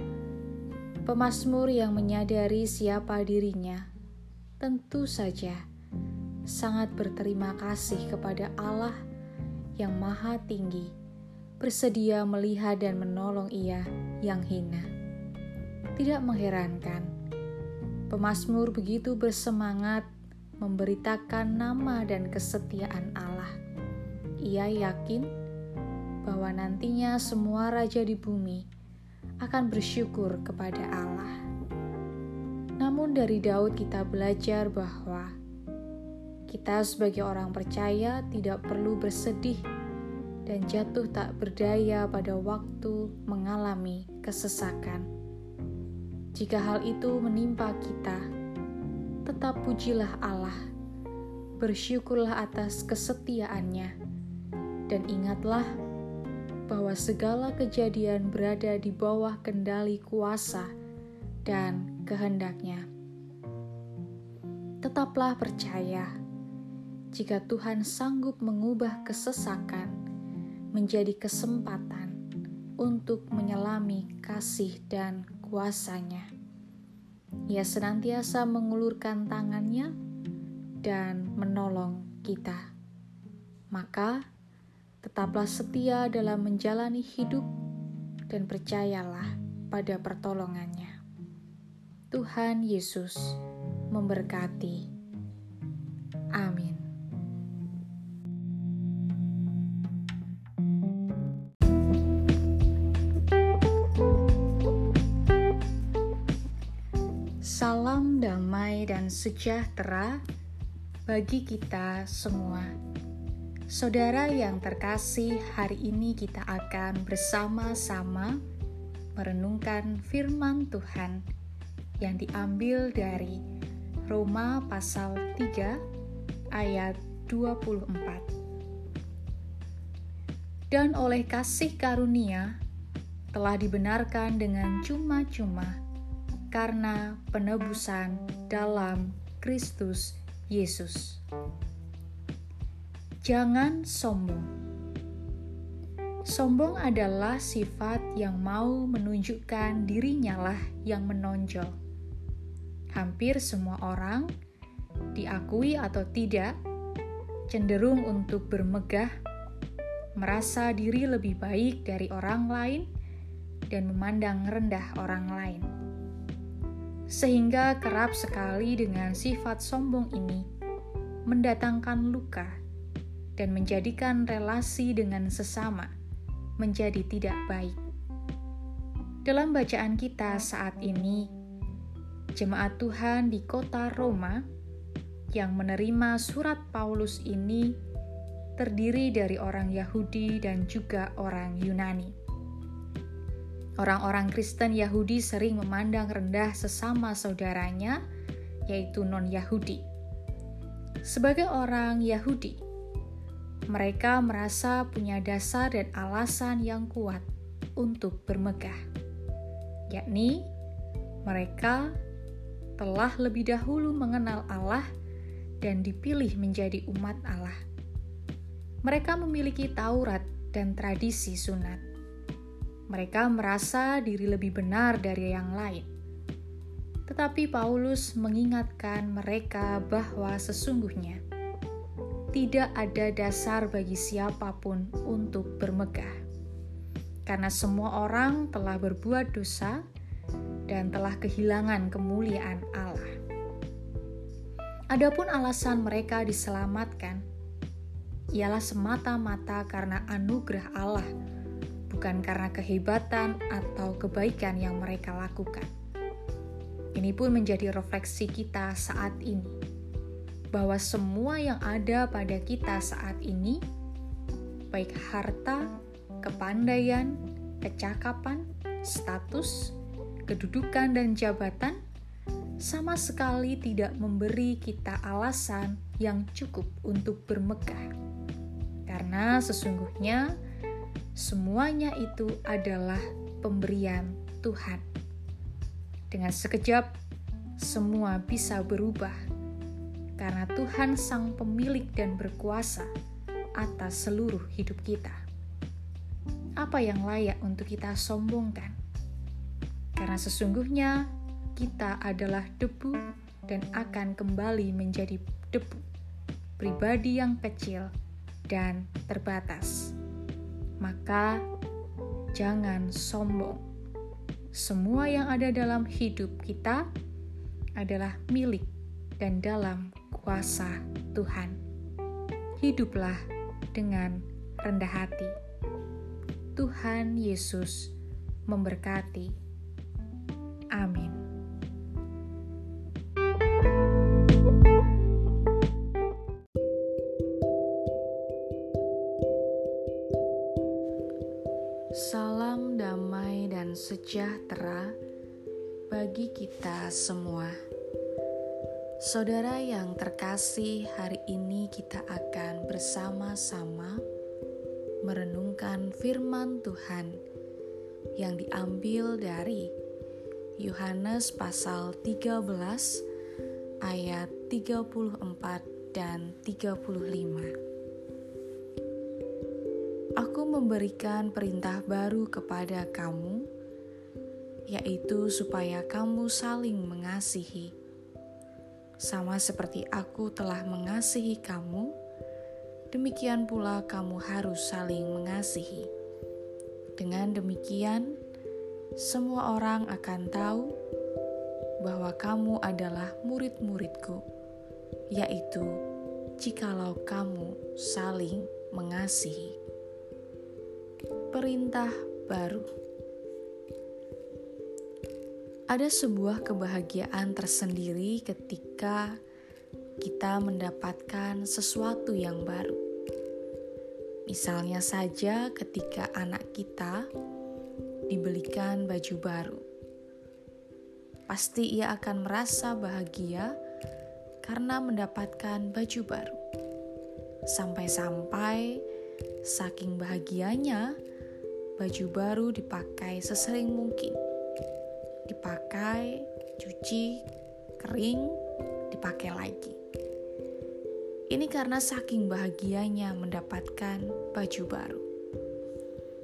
Pemazmur yang menyadari siapa dirinya, tentu saja sangat berterima kasih kepada Allah yang Maha Tinggi, bersedia melihat dan menolong ia yang hina. Tidak mengherankan, pemazmur begitu bersemangat memberitakan nama dan kesetiaan Allah. Ia yakin bahwa nantinya semua raja di bumi akan bersyukur kepada Allah. Namun dari Daud kita belajar bahwa kita sebagai orang percaya tidak perlu bersedih dan jatuh tak berdaya pada waktu mengalami kesesakan. Jika hal itu menimpa kita, tetap pujilah Allah, bersyukurlah atas kesetiaannya, dan ingatlah bahwa segala kejadian berada di bawah kendali kuasa dan kehendaknya. Tetaplah percaya, jika Tuhan sanggup mengubah kesesakan menjadi kesempatan untuk menyelami kasih dan kuasa-Nya. Ia senantiasa mengulurkan tangannya dan menolong kita. Maka, tetaplah setia dalam menjalani hidup dan percayalah pada pertolongannya. Tuhan Yesus memberkati. Amin. Salam damai dan sejahtera bagi kita semua. Saudara yang terkasih, hari ini kita akan bersama-sama merenungkan firman Tuhan yang diambil dari Roma pasal tiga ayat dua puluh empat. Dan oleh kasih karunia telah dibenarkan dengan cuma-cuma karena penebusan dalam Kristus Yesus. Jangan sombong. Sombong adalah sifat yang mau menunjukkan dirinya lah yang menonjol. Hampir semua orang, diakui atau tidak, cenderung untuk bermegah, merasa diri lebih baik dari orang lain, dan memandang rendah orang lain. Sehingga kerap sekali dengan sifat sombong ini mendatangkan luka dan menjadikan relasi dengan sesama menjadi tidak baik. Dalam bacaan kita saat ini, jemaat Tuhan di kota Roma yang menerima surat Paulus ini terdiri dari orang Yahudi dan juga orang Yunani. Orang-orang Kristen Yahudi sering memandang rendah sesama saudaranya, yaitu non-Yahudi. Sebagai orang Yahudi, mereka merasa punya dasar dan alasan yang kuat untuk bermegah, yakni mereka telah lebih dahulu mengenal Allah dan dipilih menjadi umat Allah. Mereka memiliki Taurat dan tradisi sunat. Mereka merasa diri lebih benar dari yang lain. Tetapi Paulus mengingatkan mereka bahwa sesungguhnya tidak ada dasar bagi siapapun untuk bermegah. Karena semua orang telah berbuat dosa dan telah kehilangan kemuliaan Allah. Adapun alasan mereka diselamatkan ialah semata-mata karena anugerah Allah, bukan karena kehebatan atau kebaikan yang mereka lakukan. Ini pun menjadi refleksi kita saat ini, bahwa semua yang ada pada kita saat ini, baik harta, kepandaian, kecakapan, status, kedudukan, dan jabatan, sama sekali tidak memberi kita alasan yang cukup untuk bermegah. Karena sesungguhnya semuanya itu adalah pemberian Tuhan. Dengan sekejap, semua bisa berubah, karena Tuhan sang pemilik dan berkuasa atas seluruh hidup kita. Apa yang layak untuk kita sombongkan? Karena sesungguhnya kita adalah debu dan akan kembali menjadi debu, pribadi yang kecil dan terbatas. Maka jangan sombong. Semua yang ada dalam hidup kita adalah milik dan dalam kuasa Tuhan. Hiduplah dengan rendah hati. Tuhan Yesus memberkati. Amin. Salam damai dan sejahtera bagi kita semua. Saudara yang terkasih, hari ini kita akan bersama-sama merenungkan firman Tuhan yang diambil dari Yohanes pasal tiga belas ayat tiga puluh empat dan tiga puluh lima. Aku memberikan perintah baru kepada kamu, yaitu supaya kamu saling mengasihi. Sama seperti aku telah mengasihi kamu, demikian pula kamu harus saling mengasihi. Dengan demikian, semua orang akan tahu bahwa kamu adalah murid-muridku, yaitu jikalau kamu saling mengasihi. Perintah baru. Ada sebuah kebahagiaan tersendiri ketika kita mendapatkan sesuatu yang baru. Misalnya saja ketika anak kita dibelikan baju baru. Pasti ia akan merasa bahagia karena mendapatkan baju baru. Sampai-sampai saking bahagianya, baju baru dipakai sesering mungkin. Dipakai, cuci, kering, dipakai lagi. Ini karena saking bahagianya mendapatkan baju baru.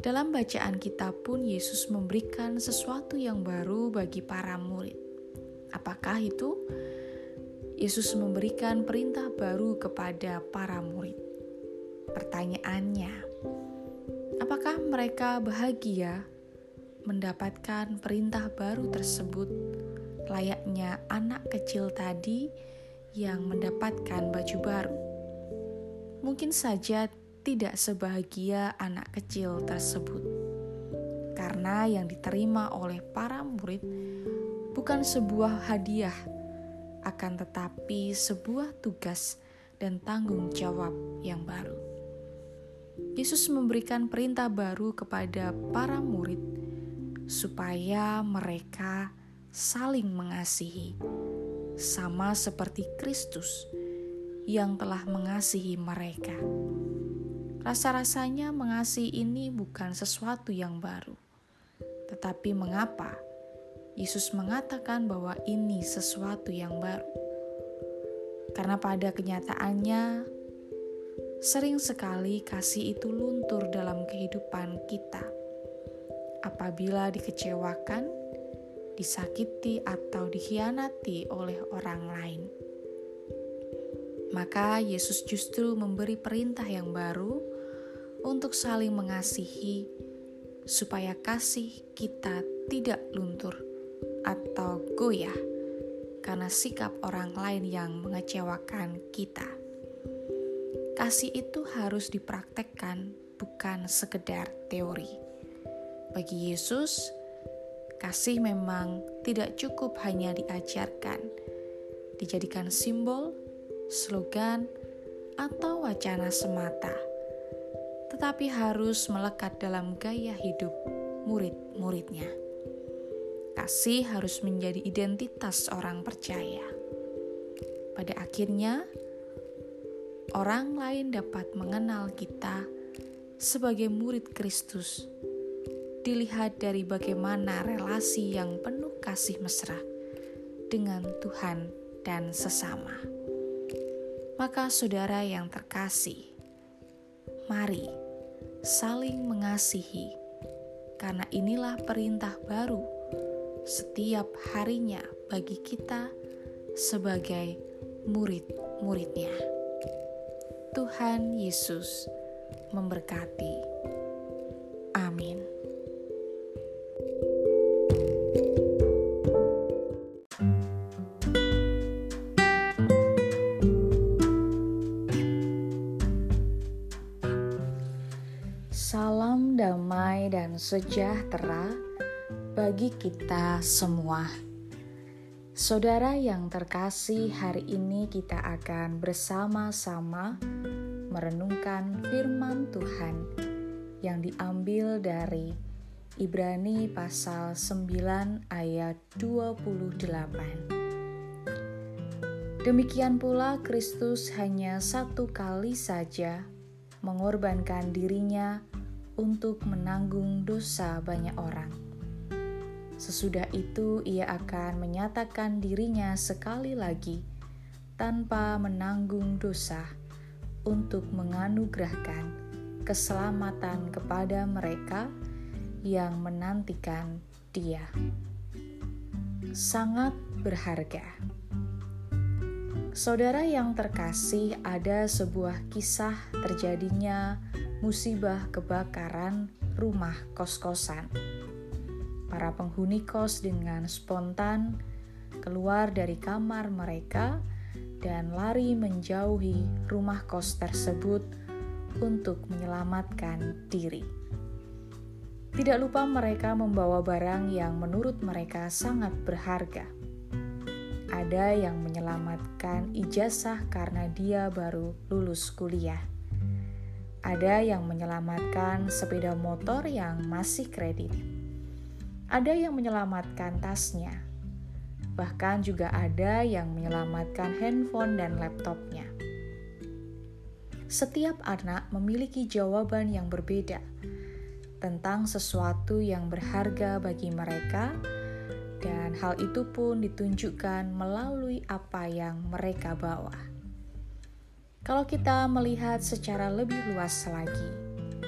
Dalam bacaan kita pun Yesus memberikan sesuatu yang baru bagi para murid. Apakah itu? Yesus memberikan perintah baru kepada para murid. Pertanyaannya, apakah mereka bahagia mendapatkan perintah baru tersebut, layaknya anak kecil tadi yang mendapatkan baju baru? Mungkin saja tidak sebahagia anak kecil tersebut, karena yang diterima oleh para murid bukan sebuah hadiah, akan tetapi sebuah tugas dan tanggung jawab yang baru. Yesus memberikan perintah baru kepada para murid supaya mereka saling mengasihi, sama seperti Kristus yang telah mengasihi mereka. Rasa-rasanya mengasihi ini bukan sesuatu yang baru. Tetapi mengapa Yesus mengatakan bahwa ini sesuatu yang baru? Karena pada kenyataannya, sering sekali kasih itu luntur dalam kehidupan kita. Apabila dikecewakan, disakiti atau dikhianati oleh orang lain. Maka Yesus justru memberi perintah yang baru untuk saling mengasihi, supaya kasih kita tidak luntur atau goyah karena sikap orang lain yang mengecewakan kita. Kasih itu harus dipraktekkan, bukan sekedar teori. Bagi Yesus, kasih memang tidak cukup hanya diajarkan, dijadikan simbol, slogan, atau wacana semata, tetapi harus melekat dalam gaya hidup murid-muridnya. Kasih harus menjadi identitas orang percaya. Pada akhirnya, orang lain dapat mengenal kita sebagai murid Kristus, dilihat dari bagaimana relasi yang penuh kasih mesra dengan Tuhan dan sesama. Maka saudara yang terkasih, mari saling mengasihi, karena inilah perintah baru setiap harinya bagi kita sebagai murid-muridnya. Tuhan Yesus memberkati. Amin. Salam damai dan sejahtera bagi kita semua. Saudara yang terkasih, hari ini kita akan bersama-sama merenungkan firman Tuhan yang diambil dari Ibrani pasal sembilan ayat dua puluh delapan. Demikian pula Kristus hanya satu kali saja mengorbankan dirinya untuk menanggung dosa banyak orang. Sesudah itu ia akan menyatakan dirinya sekali lagi tanpa menanggung dosa untuk menganugerahkan keselamatan kepada mereka yang menantikan Dia. Sangat berharga. Saudara yang terkasih, ada sebuah kisah terjadinya musibah kebakaran rumah kos-kosan. Para penghuni kos dengan spontan keluar dari kamar mereka dan lari menjauhi rumah kos tersebut untuk menyelamatkan diri. Tidak lupa mereka membawa barang yang menurut mereka sangat berharga. Ada yang menyelamatkan ijazah karena dia baru lulus kuliah. Ada yang menyelamatkan sepeda motor yang masih kredit. Ada yang menyelamatkan tasnya. Bahkan juga ada yang menyelamatkan handphone dan laptopnya. Setiap anak memiliki jawaban yang berbeda tentang sesuatu yang berharga bagi mereka, dan hal itu pun ditunjukkan melalui apa yang mereka bawa. Kalau kita melihat secara lebih luas lagi,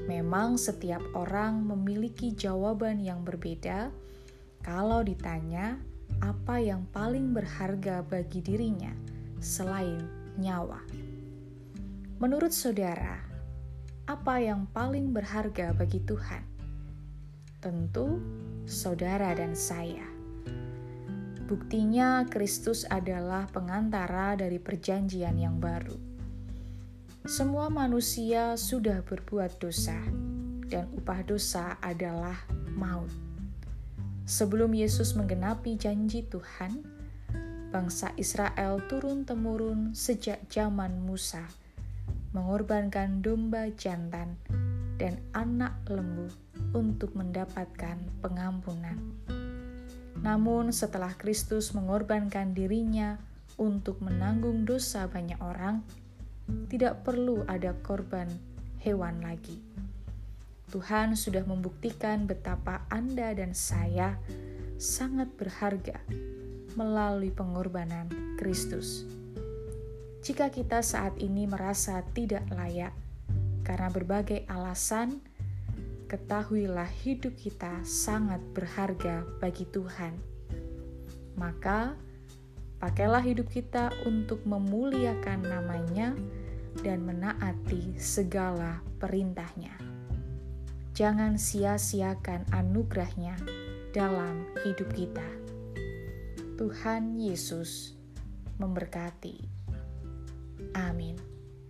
Memang setiap orang memiliki jawaban yang berbeda kalau ditanya apa yang paling berharga bagi dirinya selain nyawa. Menurut saudara, apa yang paling berharga bagi Tuhan? Tentu saudara dan saya. Buktinya Kristus adalah pengantara dari perjanjian yang baru. Semua manusia sudah berbuat dosa, dan upah dosa adalah maut. Sebelum Yesus menggenapi janji Tuhan, bangsa Israel turun-temurun sejak zaman Musa, mengorbankan domba jantan dan anak lembu untuk mendapatkan pengampunan. Namun setelah Kristus mengorbankan dirinya untuk menanggung dosa banyak orang, tidak perlu ada korban hewan lagi. Tuhan sudah membuktikan betapa Anda dan saya sangat berharga melalui pengorbanan Kristus. Jika kita saat ini merasa tidak layak karena berbagai alasan, ketahuilah hidup kita sangat berharga bagi Tuhan. Maka, pakailah hidup kita untuk memuliakan nama-Nya dan menaati segala perintah-Nya. Jangan sia-siakan anugerah-Nya dalam hidup kita. Tuhan Yesus memberkati. Amin.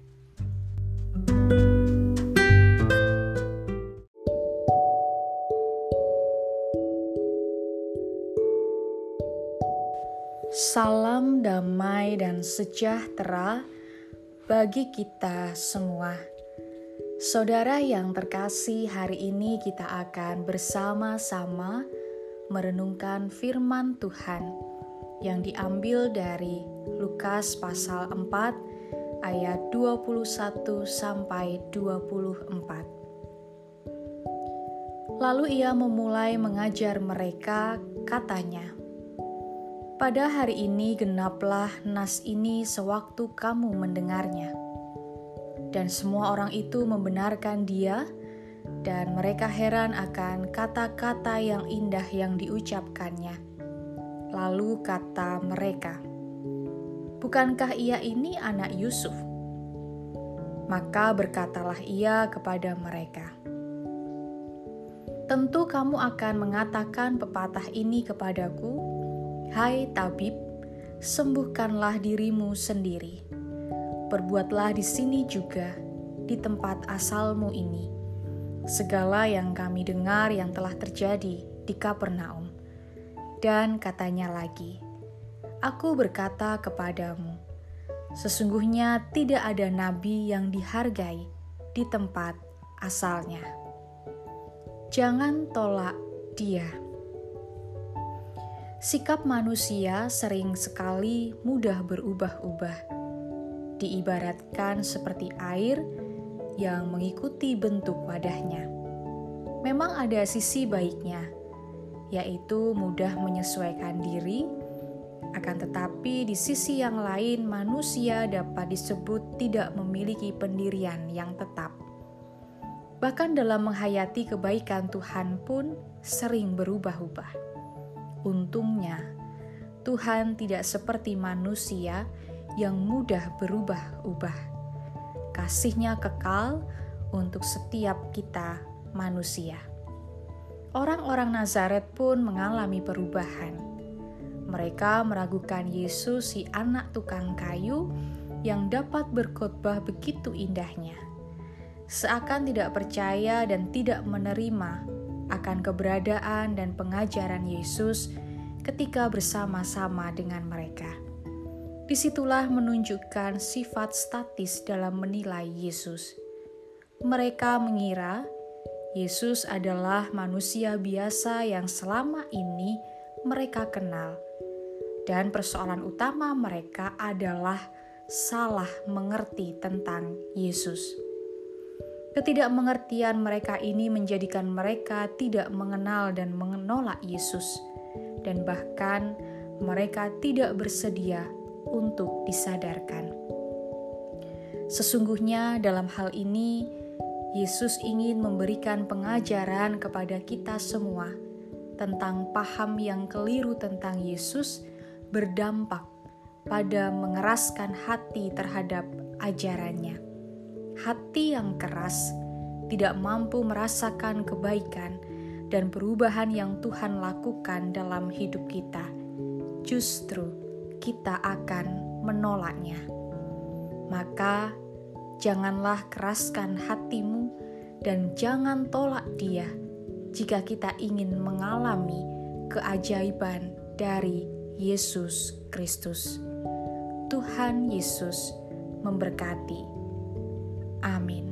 Salam damai dan sejahtera bagi kita semua. Saudara yang terkasih, hari ini kita akan bersama-sama merenungkan firman Tuhan yang diambil dari Lukas pasal empat ayat dua puluh satu sampai dua puluh empat. Lalu ia memulai mengajar mereka, katanya, "Pada hari ini genaplah nas ini sewaktu kamu mendengarnya." Dan semua orang itu membenarkan dia, dan mereka heran akan kata-kata yang indah yang diucapkannya. Lalu kata mereka, "Bukankah ia ini anak Yusuf?" Maka berkatalah ia kepada mereka, "Tentu kamu akan mengatakan pepatah ini kepadaku, 'Hai tabib, sembuhkanlah dirimu sendiri. Perbuatlah di sini juga, di tempat asalmu ini, segala yang kami dengar yang telah terjadi di Kapernaum.' Dan katanya lagi, 'Aku berkata kepadamu, sesungguhnya tidak ada nabi yang dihargai di tempat asalnya. Jangan tolak dia.' Sikap manusia sering sekali mudah berubah-ubah, diibaratkan seperti air yang mengikuti bentuk wadahnya. Memang ada sisi baiknya, yaitu mudah menyesuaikan diri, akan tetapi di sisi yang lain manusia dapat disebut tidak memiliki pendirian yang tetap. Bahkan dalam menghayati kebaikan Tuhan pun sering berubah-ubah. Untungnya, Tuhan tidak seperti manusia yang mudah berubah-ubah. Kasih-Nya kekal untuk setiap kita manusia. Orang-orang Nazaret pun mengalami perubahan. Mereka meragukan Yesus, si anak tukang kayu yang dapat berkhotbah begitu indahnya. Seakan tidak percaya dan tidak menerima akan keberadaan dan pengajaran Yesus ketika bersama-sama dengan mereka. Disitulah menunjukkan sifat statis dalam menilai Yesus. Mereka mengira Yesus adalah manusia biasa yang selama ini mereka kenal, dan persoalan utama mereka adalah salah mengerti tentang Yesus. Ketidakmengertian mereka ini menjadikan mereka tidak mengenal dan menolak Yesus, dan bahkan mereka tidak bersedia untuk disadarkan. Sesungguhnya dalam hal ini, Yesus ingin memberikan pengajaran kepada kita semua tentang paham yang keliru tentang Yesus berdampak pada mengeraskan hati terhadap ajarannya. Hati yang keras tidak mampu merasakan kebaikan dan perubahan yang Tuhan lakukan dalam hidup kita. Justru kita akan menolaknya. Maka janganlah keraskan hatimu dan jangan tolak Dia jika kita ingin mengalami keajaiban dari Yesus Kristus. Tuhan Yesus memberkati. Amin.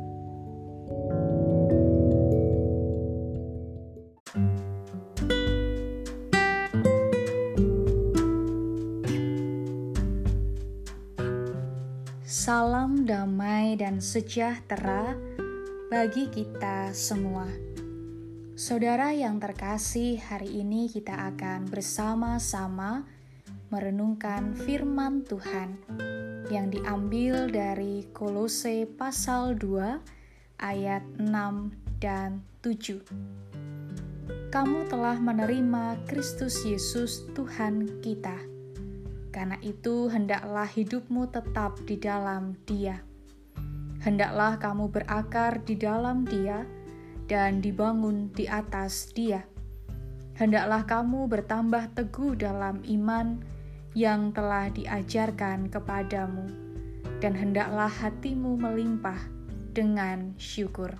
Salam damai dan sejahtera bagi kita semua. Saudara yang terkasih, hari ini kita akan bersama-sama merenungkan firman Tuhan yang diambil dari Kolose pasal dua ayat enam dan tujuh. Kamu telah menerima Kristus Yesus Tuhan kita. Karena itu, hendaklah hidupmu tetap di dalam Dia. Hendaklah kamu berakar di dalam Dia dan dibangun di atas Dia. Hendaklah kamu bertambah teguh dalam iman yang telah diajarkan kepadamu, dan hendaklah hatimu melimpah dengan syukur.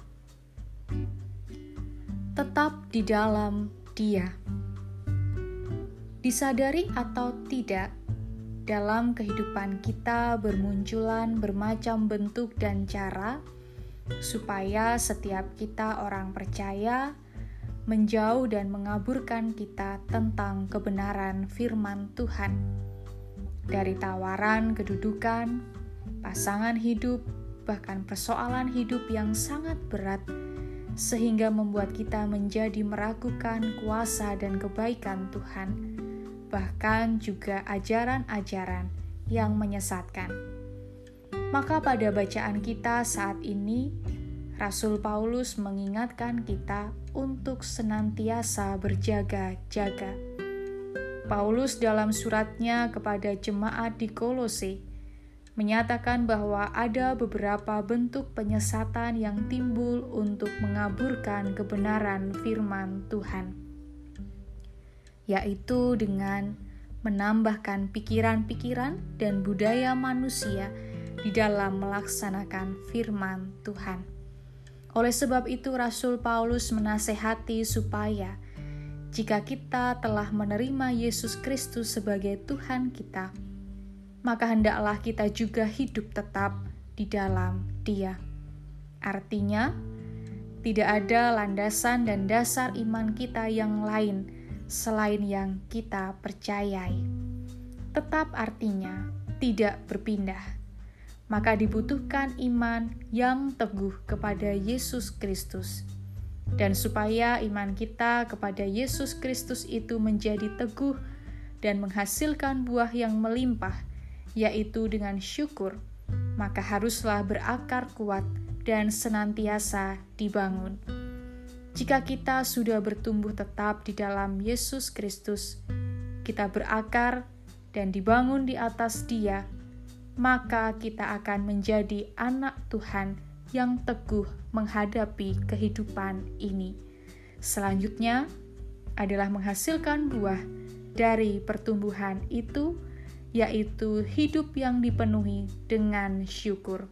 Tetap di dalam Dia. Disadari atau tidak, dalam kehidupan kita bermunculan bermacam bentuk dan cara supaya setiap kita orang percaya menjauh dan mengaburkan kita tentang kebenaran firman Tuhan. Dari tawaran kedudukan, pasangan hidup, bahkan persoalan hidup yang sangat berat, sehingga membuat kita menjadi meragukan kuasa dan kebaikan Tuhan, bahkan juga ajaran-ajaran yang menyesatkan. Maka pada bacaan kita saat ini, Rasul Paulus mengingatkan kita untuk senantiasa berjaga-jaga. Paulus dalam suratnya kepada jemaat di Kolose menyatakan bahwa ada beberapa bentuk penyesatan yang timbul untuk mengaburkan kebenaran firman Tuhan, yaitu dengan menambahkan pikiran-pikiran dan budaya manusia di dalam melaksanakan firman Tuhan. Oleh sebab itu, Rasul Paulus menasehati supaya jika kita telah menerima Yesus Kristus sebagai Tuhan kita, maka hendaklah kita juga hidup tetap di dalam Dia. Artinya, tidak ada landasan dan dasar iman kita yang lain selain yang kita percayai. Tetap artinya tidak berpindah. Maka dibutuhkan iman yang teguh kepada Yesus Kristus. Dan supaya iman kita kepada Yesus Kristus itu menjadi teguh dan menghasilkan buah yang melimpah, yaitu dengan syukur, maka haruslah berakar kuat dan senantiasa dibangun. Jika kita sudah bertumbuh tetap di dalam Yesus Kristus, kita berakar dan dibangun di atas Dia, maka kita akan menjadi anak Tuhan yang teguh menghadapi kehidupan ini. Selanjutnya adalah menghasilkan buah dari pertumbuhan itu, yaitu hidup yang dipenuhi dengan syukur.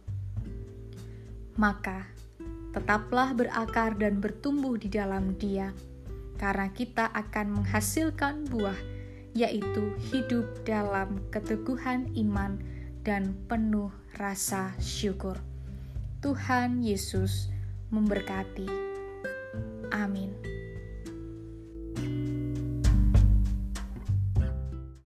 Maka tetaplah berakar dan bertumbuh di dalam Dia, karena kita akan menghasilkan buah, yaitu hidup dalam keteguhan iman dan penuh rasa syukur. Tuhan Yesus memberkati. Amin.